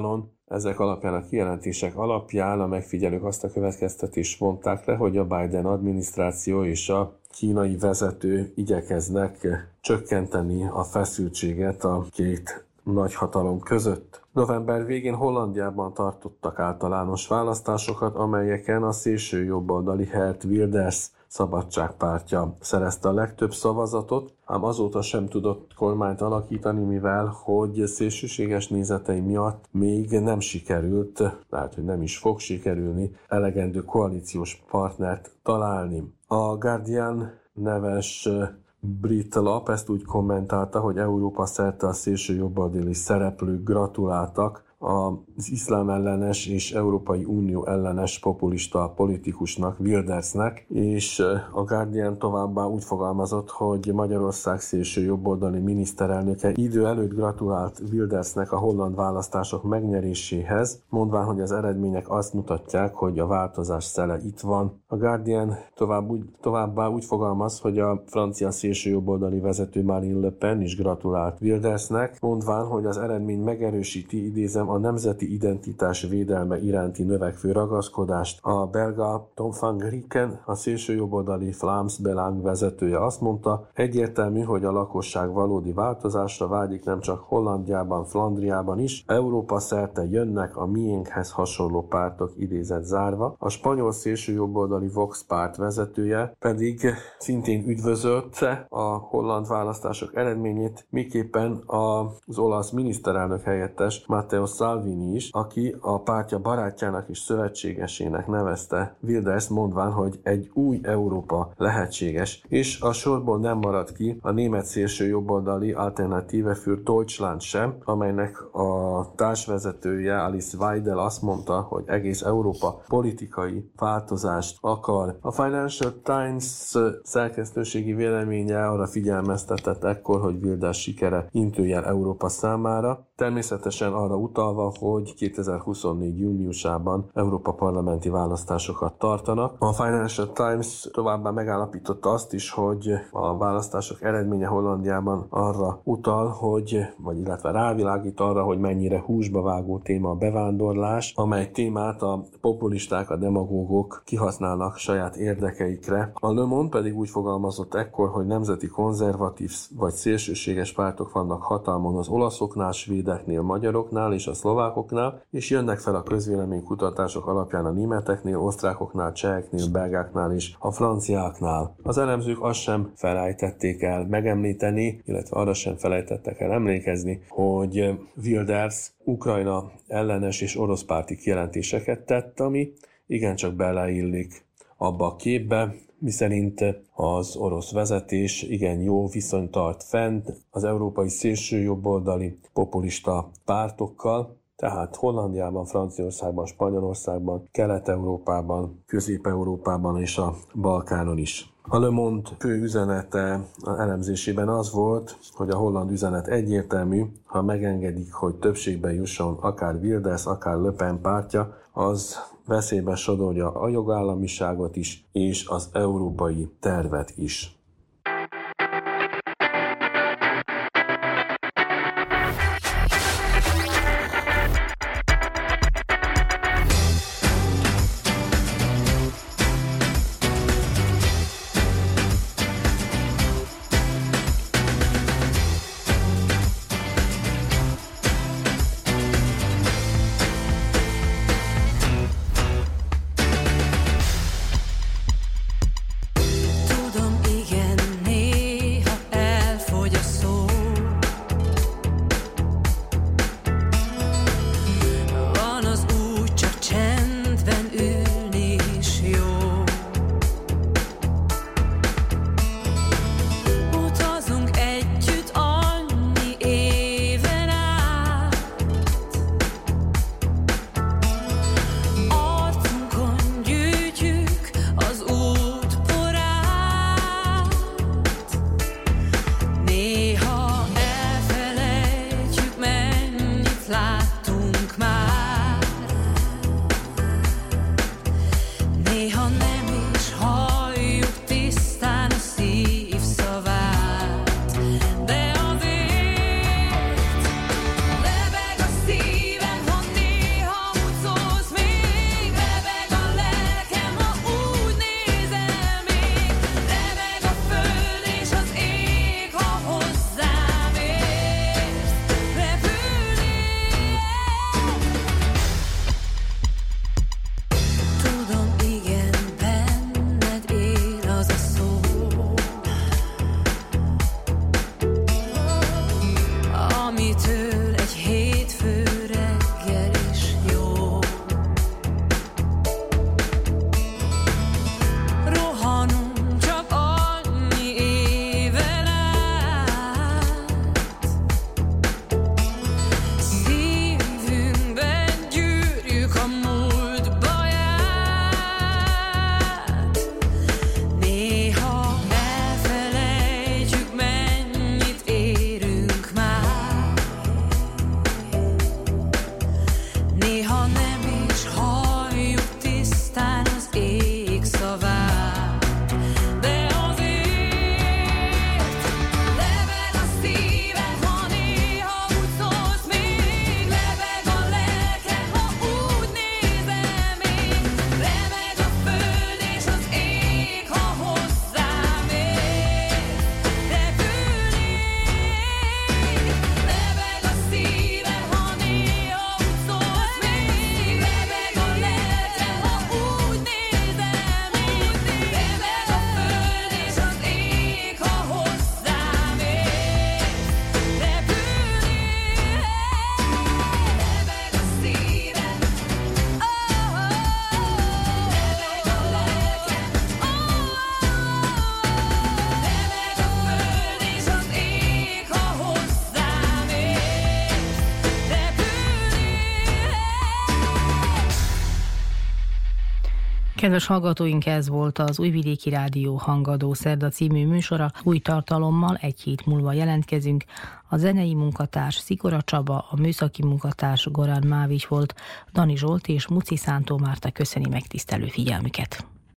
Ezek alapján, a kijelentések alapján a megfigyelők azt a következtetést vonták le, hogy a Biden adminisztráció és a kínai vezető igyekeznek csökkenteni a feszültséget a két nagyhatalom között. November végén Hollandiában tartottak általános választásokat, amelyeken a szélső jobboldali Geert Wilders szabadságpártja szerezte a legtöbb szavazatot, ám azóta sem tudott kormányt alakítani, mivel hogy szélsőséges nézetei miatt még nem sikerült, lehet, hogy nem is fog sikerülni, elegendő koalíciós partnert találni. A Guardian neves brit lap ezt úgy kommentálta, hogy Európa szerte a szélső jobboldali szereplők gratuláltak az iszlám ellenes és Európai Unió ellenes populista politikusnak, Wildersnek, és a Guardian továbbá úgy fogalmazott, hogy Magyarország szélső jobboldali miniszterelnöke idő előtt gratulált Wildersnek a holland választások megnyeréséhez, mondván, hogy az eredmények azt mutatják, hogy a változás szele itt van. A Guardian továbbá úgy fogalmaz, hogy a francia szélső jobboldali vezető Marine Le Pen is gratulált Wildersnek, mondván, hogy az eredmény megerősíti, idézem, a nemzeti identitás védelme iránti növekvő ragaszkodást. A belga Tom van Grieken, a szélsőjobboldali Vlaams Belang vezetője azt mondta, egyértelmű, hogy a lakosság valódi változásra vágyik nem csak Hollandiában, Flandriában is, Európa szerte jönnek a miénkhez hasonló pártok, idézet zárva. A spanyol szélsőjobboldali Vox párt vezetője pedig szintén üdvözölte a holland választások eredményét, miképpen az olasz miniszterelnök helyettes Matteo Salvini is, aki a pártja barátjának és szövetségesének nevezte Wilders, mondván, hogy egy új Európa lehetséges, és a sorból nem maradt ki a német szélső jobboldali Alternative für Deutschland sem, amelynek a társvezetője Alice Weidel azt mondta, hogy egész Európa politikai változást akar. A Financial Times szerkesztőségi véleménye arra figyelmeztetett ekkor, hogy Wilders sikere intőjel Európa számára, természetesen arra utalva, hogy 2024. júniusában Európa parlamenti választásokat tartanak. A Financial Times továbbá megállapította azt is, hogy a választások eredménye Hollandiában arra utal, illetve rávilágít arra, hogy mennyire húsba vágó téma a bevándorlás, amely témát a populisták, a demagógok kihasználnak saját érdekeikre. A Le Monde pedig úgy fogalmazott ekkor, hogy nemzeti konzervatív vagy szélsőséges pártok vannak hatalmon az olaszoknál, svédeknél, magyaroknál és a szlovákoknál, és jönnek fel a közvéleménykutatások alapján a németeknél, osztrákoknál, cseheknél, belgáknál és a franciáknál. Az elemzők azt sem felejtették el megemlíteni, illetve arra sem felejtettek el emlékezni, hogy Wilders Ukrajna ellenes és orosz párti kijelentéseket tett, ami igencsak beleillik abba a képbe, miszerint az orosz vezetés igen jó viszonyt tart fenn az európai szélsőjobboldali populista pártokkal, tehát Hollandiában, Franciaországban, Spanyolországban, Kelet-Európában, Közép-Európában és a Balkánon is. A Le Monde fő üzenete az elemzésében az volt, hogy a holland üzenet egyértelmű, ha megengedik, hogy többségben jusson akár Wilders, akár Le Pen pártja, az veszélybe sodorja a jogállamiságot is, és az európai tervet is. Tudom, igen. Kedves hallgatóink, ez volt az Újvidéki Rádió Hangadó Szerda című műsora. Új tartalommal egy hét múlva jelentkezünk. A zenei munkatárs Szikora Csaba, a műszaki munkatárs Gorán Mávics volt, Dani Zsolt és Muci Szántó Márta köszöni megtisztelő figyelmüket.